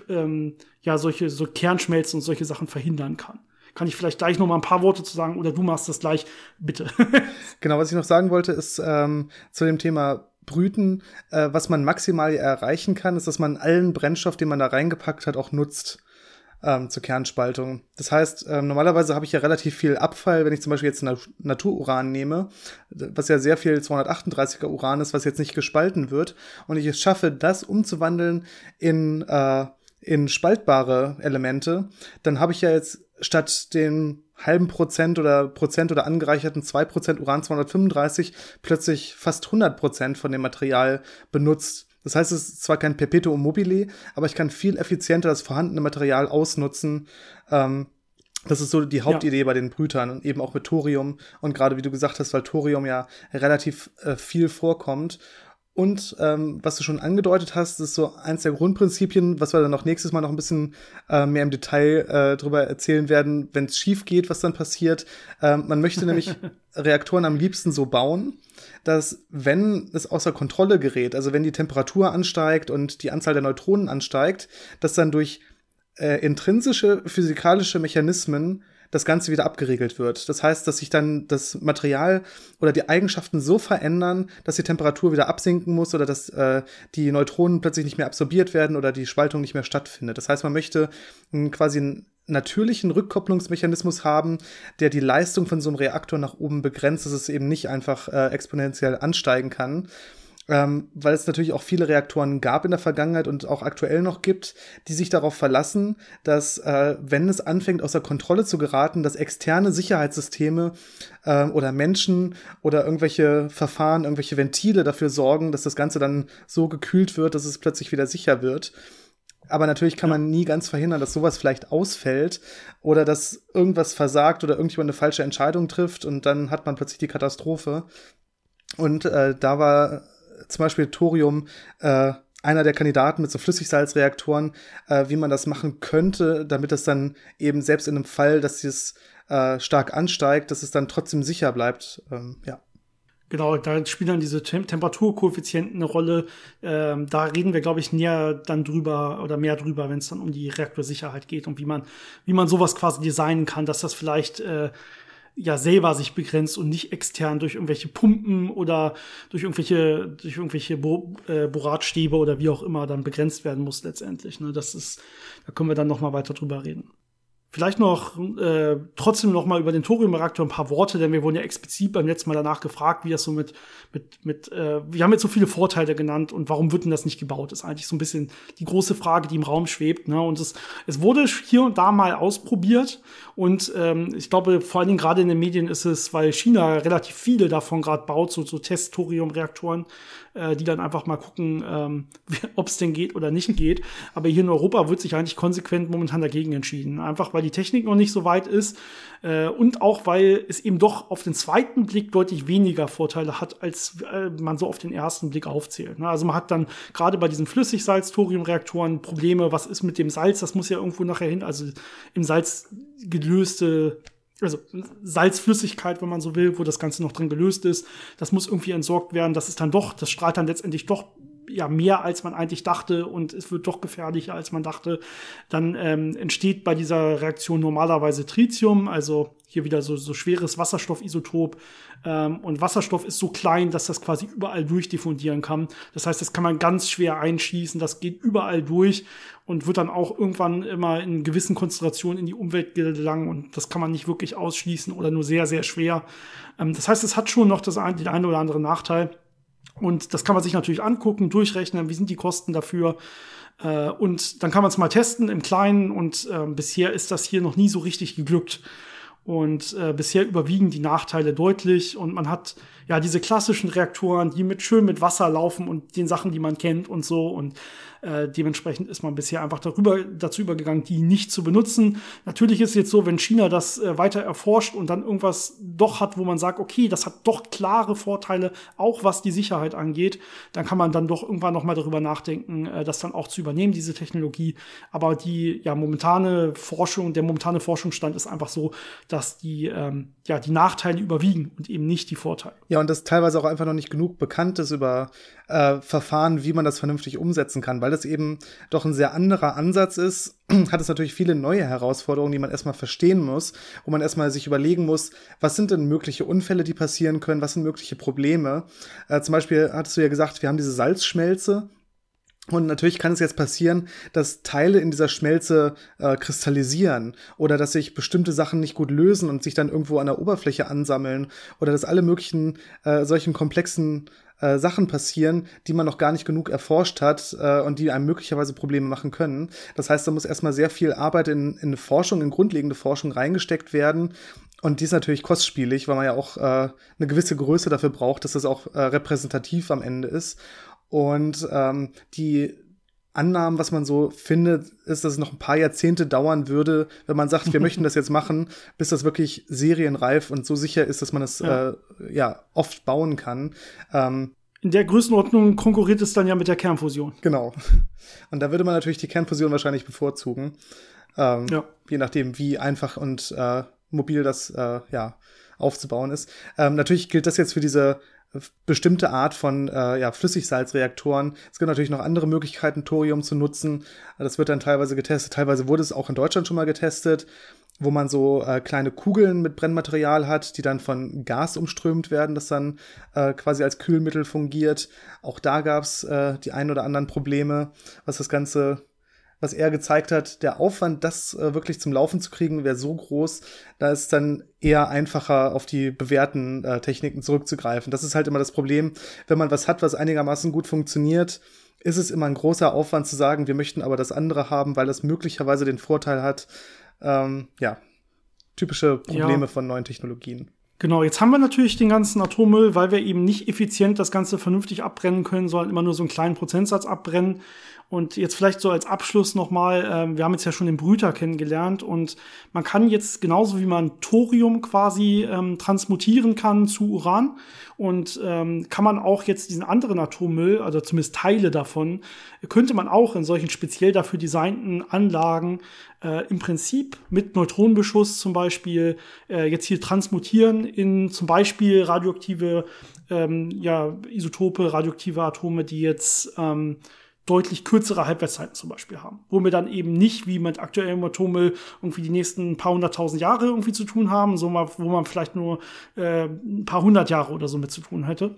so Kernschmelzen und solche Sachen verhindern kann. Kann ich vielleicht gleich noch mal ein paar Worte zu sagen oder du machst das gleich, bitte. Genau, was ich noch sagen wollte, ist zu dem Thema Brüten, was man maximal erreichen kann, ist, dass man allen Brennstoff, den man da reingepackt hat, auch nutzt. Zur Kernspaltung. Das heißt, normalerweise habe ich ja relativ viel Abfall, wenn ich zum Beispiel jetzt Natururan nehme, was ja sehr viel 238er Uran ist, was jetzt nicht gespalten wird, und ich es schaffe, das umzuwandeln in spaltbare Elemente, dann habe ich ja jetzt statt den halben Prozent oder angereicherten 2% Uran 235 plötzlich fast 100% von dem Material benutzt. Das heißt, es ist zwar kein Perpetuum mobile, aber ich kann viel effizienter das vorhandene Material ausnutzen. Das ist so die Hauptidee bei den Brütern und eben auch mit Thorium. Und gerade wie du gesagt hast, weil Thorium ja relativ viel vorkommt. Und was du schon angedeutet hast, ist so eins der Grundprinzipien, was wir dann noch nächstes Mal noch ein bisschen mehr im Detail drüber erzählen werden, wenn es schief geht, was dann passiert. Man möchte nämlich Reaktoren am liebsten so bauen, dass, wenn es außer Kontrolle gerät, also wenn die Temperatur ansteigt und die Anzahl der Neutronen ansteigt, dass dann durch intrinsische physikalische Mechanismen das Ganze wieder abgeregelt wird. Das heißt, dass sich dann das Material oder die Eigenschaften so verändern, dass die Temperatur wieder absinken muss oder dass die Neutronen plötzlich nicht mehr absorbiert werden oder die Spaltung nicht mehr stattfindet. Das heißt, man möchte quasi einen natürlichen Rückkopplungsmechanismus haben, der die Leistung von so einem Reaktor nach oben begrenzt, dass es eben nicht einfach exponentiell ansteigen kann. Weil es natürlich auch viele Reaktoren gab in der Vergangenheit und auch aktuell noch gibt, die sich darauf verlassen, dass, wenn es anfängt, außer Kontrolle zu geraten, dass externe Sicherheitssysteme oder Menschen oder irgendwelche Verfahren, irgendwelche Ventile dafür sorgen, dass das Ganze dann so gekühlt wird, dass es plötzlich wieder sicher wird. Aber natürlich kann man nie ganz verhindern, dass sowas vielleicht ausfällt oder dass irgendwas versagt oder irgendjemand eine falsche Entscheidung trifft und dann hat man plötzlich die Katastrophe. Und da war zum Beispiel Thorium einer der Kandidaten mit so Flüssigsalzreaktoren, wie man das machen könnte, damit es dann eben selbst in einem Fall, dass es stark ansteigt, dass es dann trotzdem sicher bleibt. Genau, da spielen dann diese Temperaturkoeffizienten eine Rolle. Da reden wir, glaube ich, näher dann drüber oder mehr drüber, wenn es dann um die Reaktorsicherheit geht und wie man sowas quasi designen kann, dass das vielleicht selber sich begrenzt und nicht extern durch irgendwelche Pumpen oder durch irgendwelche Boratstäbe oder wie auch immer dann begrenzt werden muss letztendlich. Ne? Da können wir dann noch mal weiter drüber reden. Vielleicht noch trotzdem noch mal über den Thoriumreaktor ein paar Worte, denn wir wurden ja explizit beim letzten Mal danach gefragt, wie das so wir haben jetzt so viele Vorteile genannt und warum wird denn das nicht gebaut? Das ist eigentlich so ein bisschen die große Frage, die im Raum schwebt. Ne? Und es wurde hier und da mal ausprobiert und ich glaube, vor allen Dingen gerade in den Medien ist es, weil China relativ viele davon gerade baut, so Test-Thorium-Reaktoren, die dann einfach mal gucken, ob es denn geht oder nicht geht. Aber hier in Europa wird sich eigentlich konsequent momentan dagegen entschieden. Einfach, weil die Technik noch nicht so weit ist und auch, weil es eben doch auf den zweiten Blick deutlich weniger Vorteile hat, als man so auf den ersten Blick aufzählt. Ne? Also man hat dann gerade bei diesen Flüssigsalz-Thorium-Reaktoren Probleme, was ist mit dem Salz? Das muss ja irgendwo nachher hin, also im Salz gelöste Salzflüssigkeit, wenn man so will, wo das Ganze noch drin gelöst ist. Das muss irgendwie entsorgt werden. Das strahlt dann letztendlich doch mehr, als man eigentlich dachte und es wird doch gefährlicher, als man dachte. Dann entsteht bei dieser Reaktion normalerweise Tritium, also hier wieder so schweres Wasserstoffisotop. Und Wasserstoff ist so klein, dass das quasi überall durchdiffundieren kann. Das heißt, das kann man ganz schwer einschießen. Das geht überall durch und wird dann auch irgendwann immer in gewissen Konzentrationen in die Umwelt gelangen. Und das kann man nicht wirklich ausschließen oder nur sehr, sehr schwer. Das heißt, es hat schon noch den einen oder anderen Nachteil. Und das kann man sich natürlich angucken, durchrechnen, wie sind die Kosten dafür. Und dann kann man es mal testen im Kleinen. Und bisher ist das hier noch nie so richtig geglückt. Und bisher überwiegen die Nachteile deutlich und man hat ja diese klassischen Reaktoren, die schön mit Wasser laufen und den Sachen, die man kennt und so. Und dementsprechend ist man bisher einfach dazu übergegangen, die nicht zu benutzen. Natürlich ist es jetzt so, wenn China das weiter erforscht und dann irgendwas doch hat, wo man sagt, okay, das hat doch klare Vorteile, auch was die Sicherheit angeht, dann kann man dann doch irgendwann noch mal darüber nachdenken, das dann auch zu übernehmen, diese Technologie. Aber der momentane Forschungsstand ist einfach so, dass die Nachteile überwiegen und eben nicht die Vorteile. Ja, und dass teilweise auch einfach noch nicht genug bekannt ist über Verfahren, wie man das vernünftig umsetzen kann, weil das eben doch ein sehr anderer Ansatz ist, hat es natürlich viele neue Herausforderungen, die man erstmal verstehen muss, wo man erstmal sich überlegen muss, was sind denn mögliche Unfälle, die passieren können, was sind mögliche Probleme. Zum Beispiel hattest du ja gesagt, wir haben diese Salzschmelze. Und natürlich kann es jetzt passieren, dass Teile in dieser Schmelze kristallisieren oder dass sich bestimmte Sachen nicht gut lösen und sich dann irgendwo an der Oberfläche ansammeln oder dass alle möglichen solchen komplexen Sachen passieren, die man noch gar nicht genug erforscht hat und die einem möglicherweise Probleme machen können. Das heißt, da muss erstmal sehr viel Arbeit in Forschung, in grundlegende Forschung reingesteckt werden. Und die ist natürlich kostspielig, weil man ja auch eine gewisse Größe dafür braucht, dass das auch repräsentativ am Ende ist. Und die Annahmen, was man so findet, ist, dass es noch ein paar Jahrzehnte dauern würde, wenn man sagt, wir möchten das jetzt machen, bis das wirklich serienreif und so sicher ist, dass man es oft bauen kann. In der Größenordnung konkurriert es dann ja mit der Kernfusion. Genau. Und da würde man natürlich die Kernfusion wahrscheinlich bevorzugen. Je nachdem, wie einfach und mobil das aufzubauen ist. Natürlich gilt das jetzt für diese bestimmte Art von Flüssigsalzreaktoren. Es gibt natürlich noch andere Möglichkeiten, Thorium zu nutzen. Das wird dann teilweise getestet. Teilweise wurde es auch in Deutschland schon mal getestet, wo man so kleine Kugeln mit Brennmaterial hat, die dann von Gas umströmt werden, das dann quasi als Kühlmittel fungiert. Auch da gab es die ein oder anderen Probleme, was er gezeigt hat, der Aufwand, das wirklich zum Laufen zu kriegen, wäre so groß, da ist dann eher einfacher, auf die bewährten Techniken zurückzugreifen. Das ist halt immer das Problem, wenn man was hat, was einigermaßen gut funktioniert, ist es immer ein großer Aufwand zu sagen, wir möchten aber das andere haben, weil es möglicherweise den Vorteil hat. Typische Probleme von neuen Technologien. Genau, jetzt haben wir natürlich den ganzen Atommüll, weil wir eben nicht effizient das Ganze vernünftig abbrennen können, sondern immer nur so einen kleinen Prozentsatz abbrennen. Und jetzt vielleicht so als Abschluss nochmal, wir haben jetzt ja schon den Brüter kennengelernt und man kann jetzt genauso wie man Thorium quasi transmutieren kann zu Uran und kann man auch jetzt diesen anderen Atommüll, also zumindest Teile davon, könnte man auch in solchen speziell dafür designten Anlagen im Prinzip mit Neutronenbeschuss zum Beispiel jetzt hier transmutieren in zum Beispiel radioaktive Isotope, radioaktive Atome, die jetzt deutlich kürzere Halbwertszeiten zum Beispiel haben. Wo wir dann eben nicht wie mit aktuellem Atommüll irgendwie die nächsten paar hunderttausend Jahre irgendwie zu tun haben, so mal, wo man vielleicht nur ein paar hundert Jahre oder so mit zu tun hätte.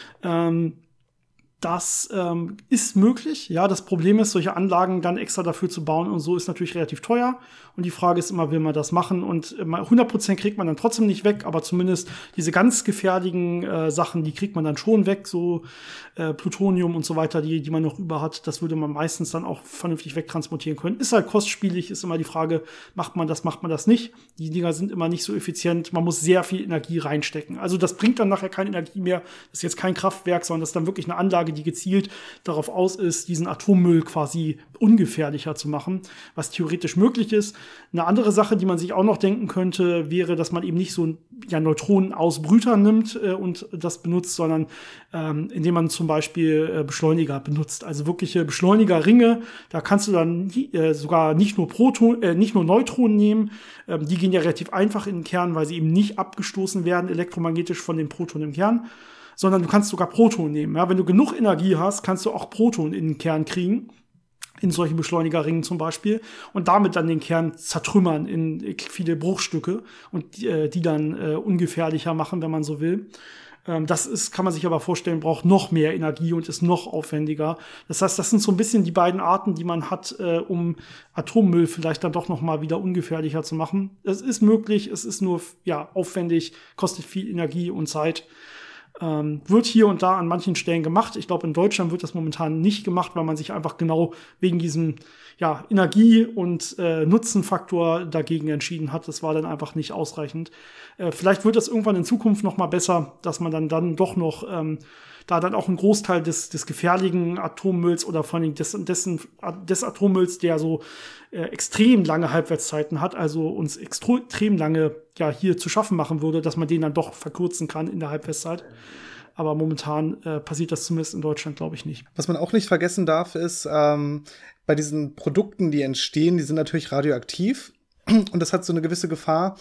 Das ist möglich. Ja, das Problem ist, solche Anlagen dann extra dafür zu bauen und so ist natürlich relativ teuer. Und die Frage ist immer, will man das machen? Und 100% kriegt man dann trotzdem nicht weg, aber zumindest diese ganz gefährlichen Sachen, die kriegt man dann schon weg, so Plutonium und so weiter, die man noch über hat. Das würde man meistens dann auch vernünftig wegtransportieren können. Ist halt kostspielig, ist immer die Frage, macht man das nicht? Die Dinger sind immer nicht so effizient. Man muss sehr viel Energie reinstecken. Also das bringt dann nachher keine Energie mehr. Das ist jetzt kein Kraftwerk, sondern das ist dann wirklich eine Anlage, die gezielt darauf aus ist, diesen Atommüll quasi ungefährlicher zu machen, was theoretisch möglich ist. Eine andere Sache, die man sich auch noch denken könnte, wäre, dass man eben nicht so Neutronen aus Brütern nimmt und das benutzt, sondern indem man zum Beispiel Beschleuniger benutzt. Also wirkliche Beschleunigerringe, da kannst du dann sogar nicht nur Neutronen nehmen, die gehen ja relativ einfach in den Kern, weil sie eben nicht abgestoßen werden elektromagnetisch von den Protonen im Kern, sondern du kannst sogar Protonen nehmen. Ja? Wenn du genug Energie hast, kannst du auch Protonen in den Kern kriegen, in solchen Beschleunigerringen zum Beispiel, und damit dann den Kern zertrümmern in viele Bruchstücke und die dann ungefährlicher machen, wenn man so will. Kann man sich aber vorstellen, braucht noch mehr Energie und ist noch aufwendiger. Das heißt, das sind so ein bisschen die beiden Arten, die man hat, um Atommüll vielleicht dann doch noch mal wieder ungefährlicher zu machen. Es ist möglich, es ist nur aufwendig, kostet viel Energie und Zeit. Wird hier und da an manchen Stellen gemacht. Ich glaube, in Deutschland wird das momentan nicht gemacht, weil man sich einfach genau wegen diesem Energie- und Nutzenfaktor dagegen entschieden hat. Das war dann einfach nicht ausreichend. Vielleicht wird das irgendwann in Zukunft noch mal besser, dass man dann doch noch da dann auch einen Großteil des gefährlichen Atommülls oder vor allem des Atommülls, der so extrem lange Halbwertszeiten hat, also uns extrem lange hier zu schaffen machen würde, dass man den dann doch verkürzen kann in der Halbwertszeit. Aber momentan passiert das zumindest in Deutschland, glaube ich, nicht. Was man auch nicht vergessen darf, ist, bei diesen Produkten, die entstehen, die sind natürlich radioaktiv und das hat so eine gewisse Gefahr.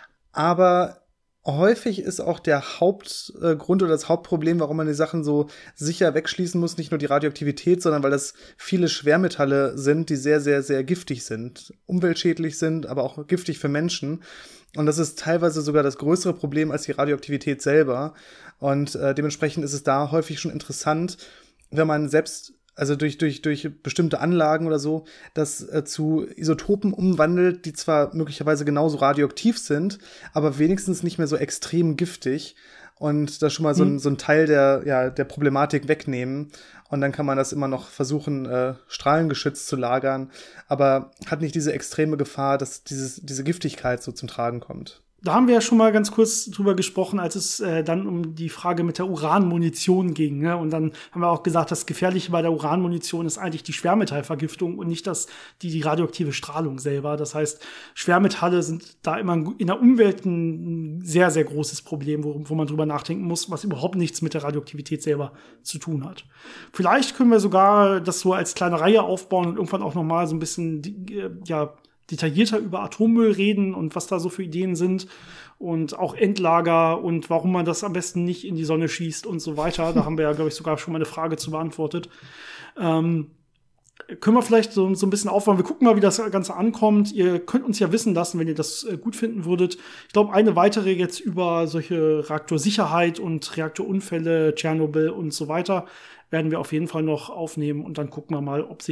Aber häufig ist auch der Hauptgrund oder das Hauptproblem, warum man die Sachen so sicher wegschließen muss, nicht nur die Radioaktivität, sondern weil das viele Schwermetalle sind, die sehr, sehr, sehr giftig sind, umweltschädlich sind, aber auch giftig für Menschen. Und das ist teilweise sogar das größere Problem als die Radioaktivität selber. Und dementsprechend ist es da häufig schon interessant, wenn man selbst durch bestimmte Anlagen oder so, das zu Isotopen umwandelt, die zwar möglicherweise genauso radioaktiv sind, aber wenigstens nicht mehr so extrem giftig und da schon mal so ein Teil der Problematik wegnehmen. Und dann kann man das immer noch versuchen, strahlengeschützt zu lagern, aber hat nicht diese extreme Gefahr, dass diese Giftigkeit so zum Tragen kommt. Da haben wir ja schon mal ganz kurz drüber gesprochen, als es dann um die Frage mit der Uranmunition ging. Ne? Und dann haben wir auch gesagt, das Gefährliche bei der Uranmunition ist eigentlich die Schwermetallvergiftung und nicht die radioaktive Strahlung selber. Das heißt, Schwermetalle sind da immer in der Umwelt ein sehr, sehr großes Problem, wo man drüber nachdenken muss, was überhaupt nichts mit der Radioaktivität selber zu tun hat. Vielleicht können wir sogar das so als kleine Reihe aufbauen und irgendwann auch noch mal so ein bisschen detaillierter über Atommüll reden und was da so für Ideen sind und auch Endlager und warum man das am besten nicht in die Sonne schießt und so weiter. Da haben wir ja, glaube ich, sogar schon mal eine Frage zu beantwortet. Können wir vielleicht so ein bisschen aufbauen. Wir gucken mal, wie das Ganze ankommt. Ihr könnt uns ja wissen lassen, wenn ihr das gut finden würdet. Ich glaube, eine weitere jetzt über solche Reaktorsicherheit und Reaktorunfälle, Tschernobyl und so weiter, werden wir auf jeden Fall noch aufnehmen und dann gucken wir mal, ob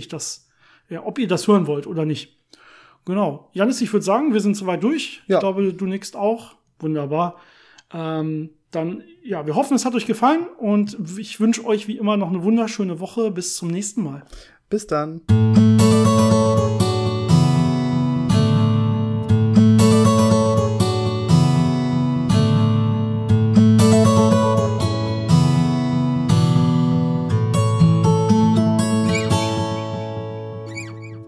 ihr das hören wollt oder nicht. Genau. Janis, ich würde sagen, wir sind soweit durch. Ja. Ich glaube, du nickst auch. Wunderbar. Wir hoffen, es hat euch gefallen und ich wünsche euch wie immer noch eine wunderschöne Woche. Bis zum nächsten Mal. Bis dann.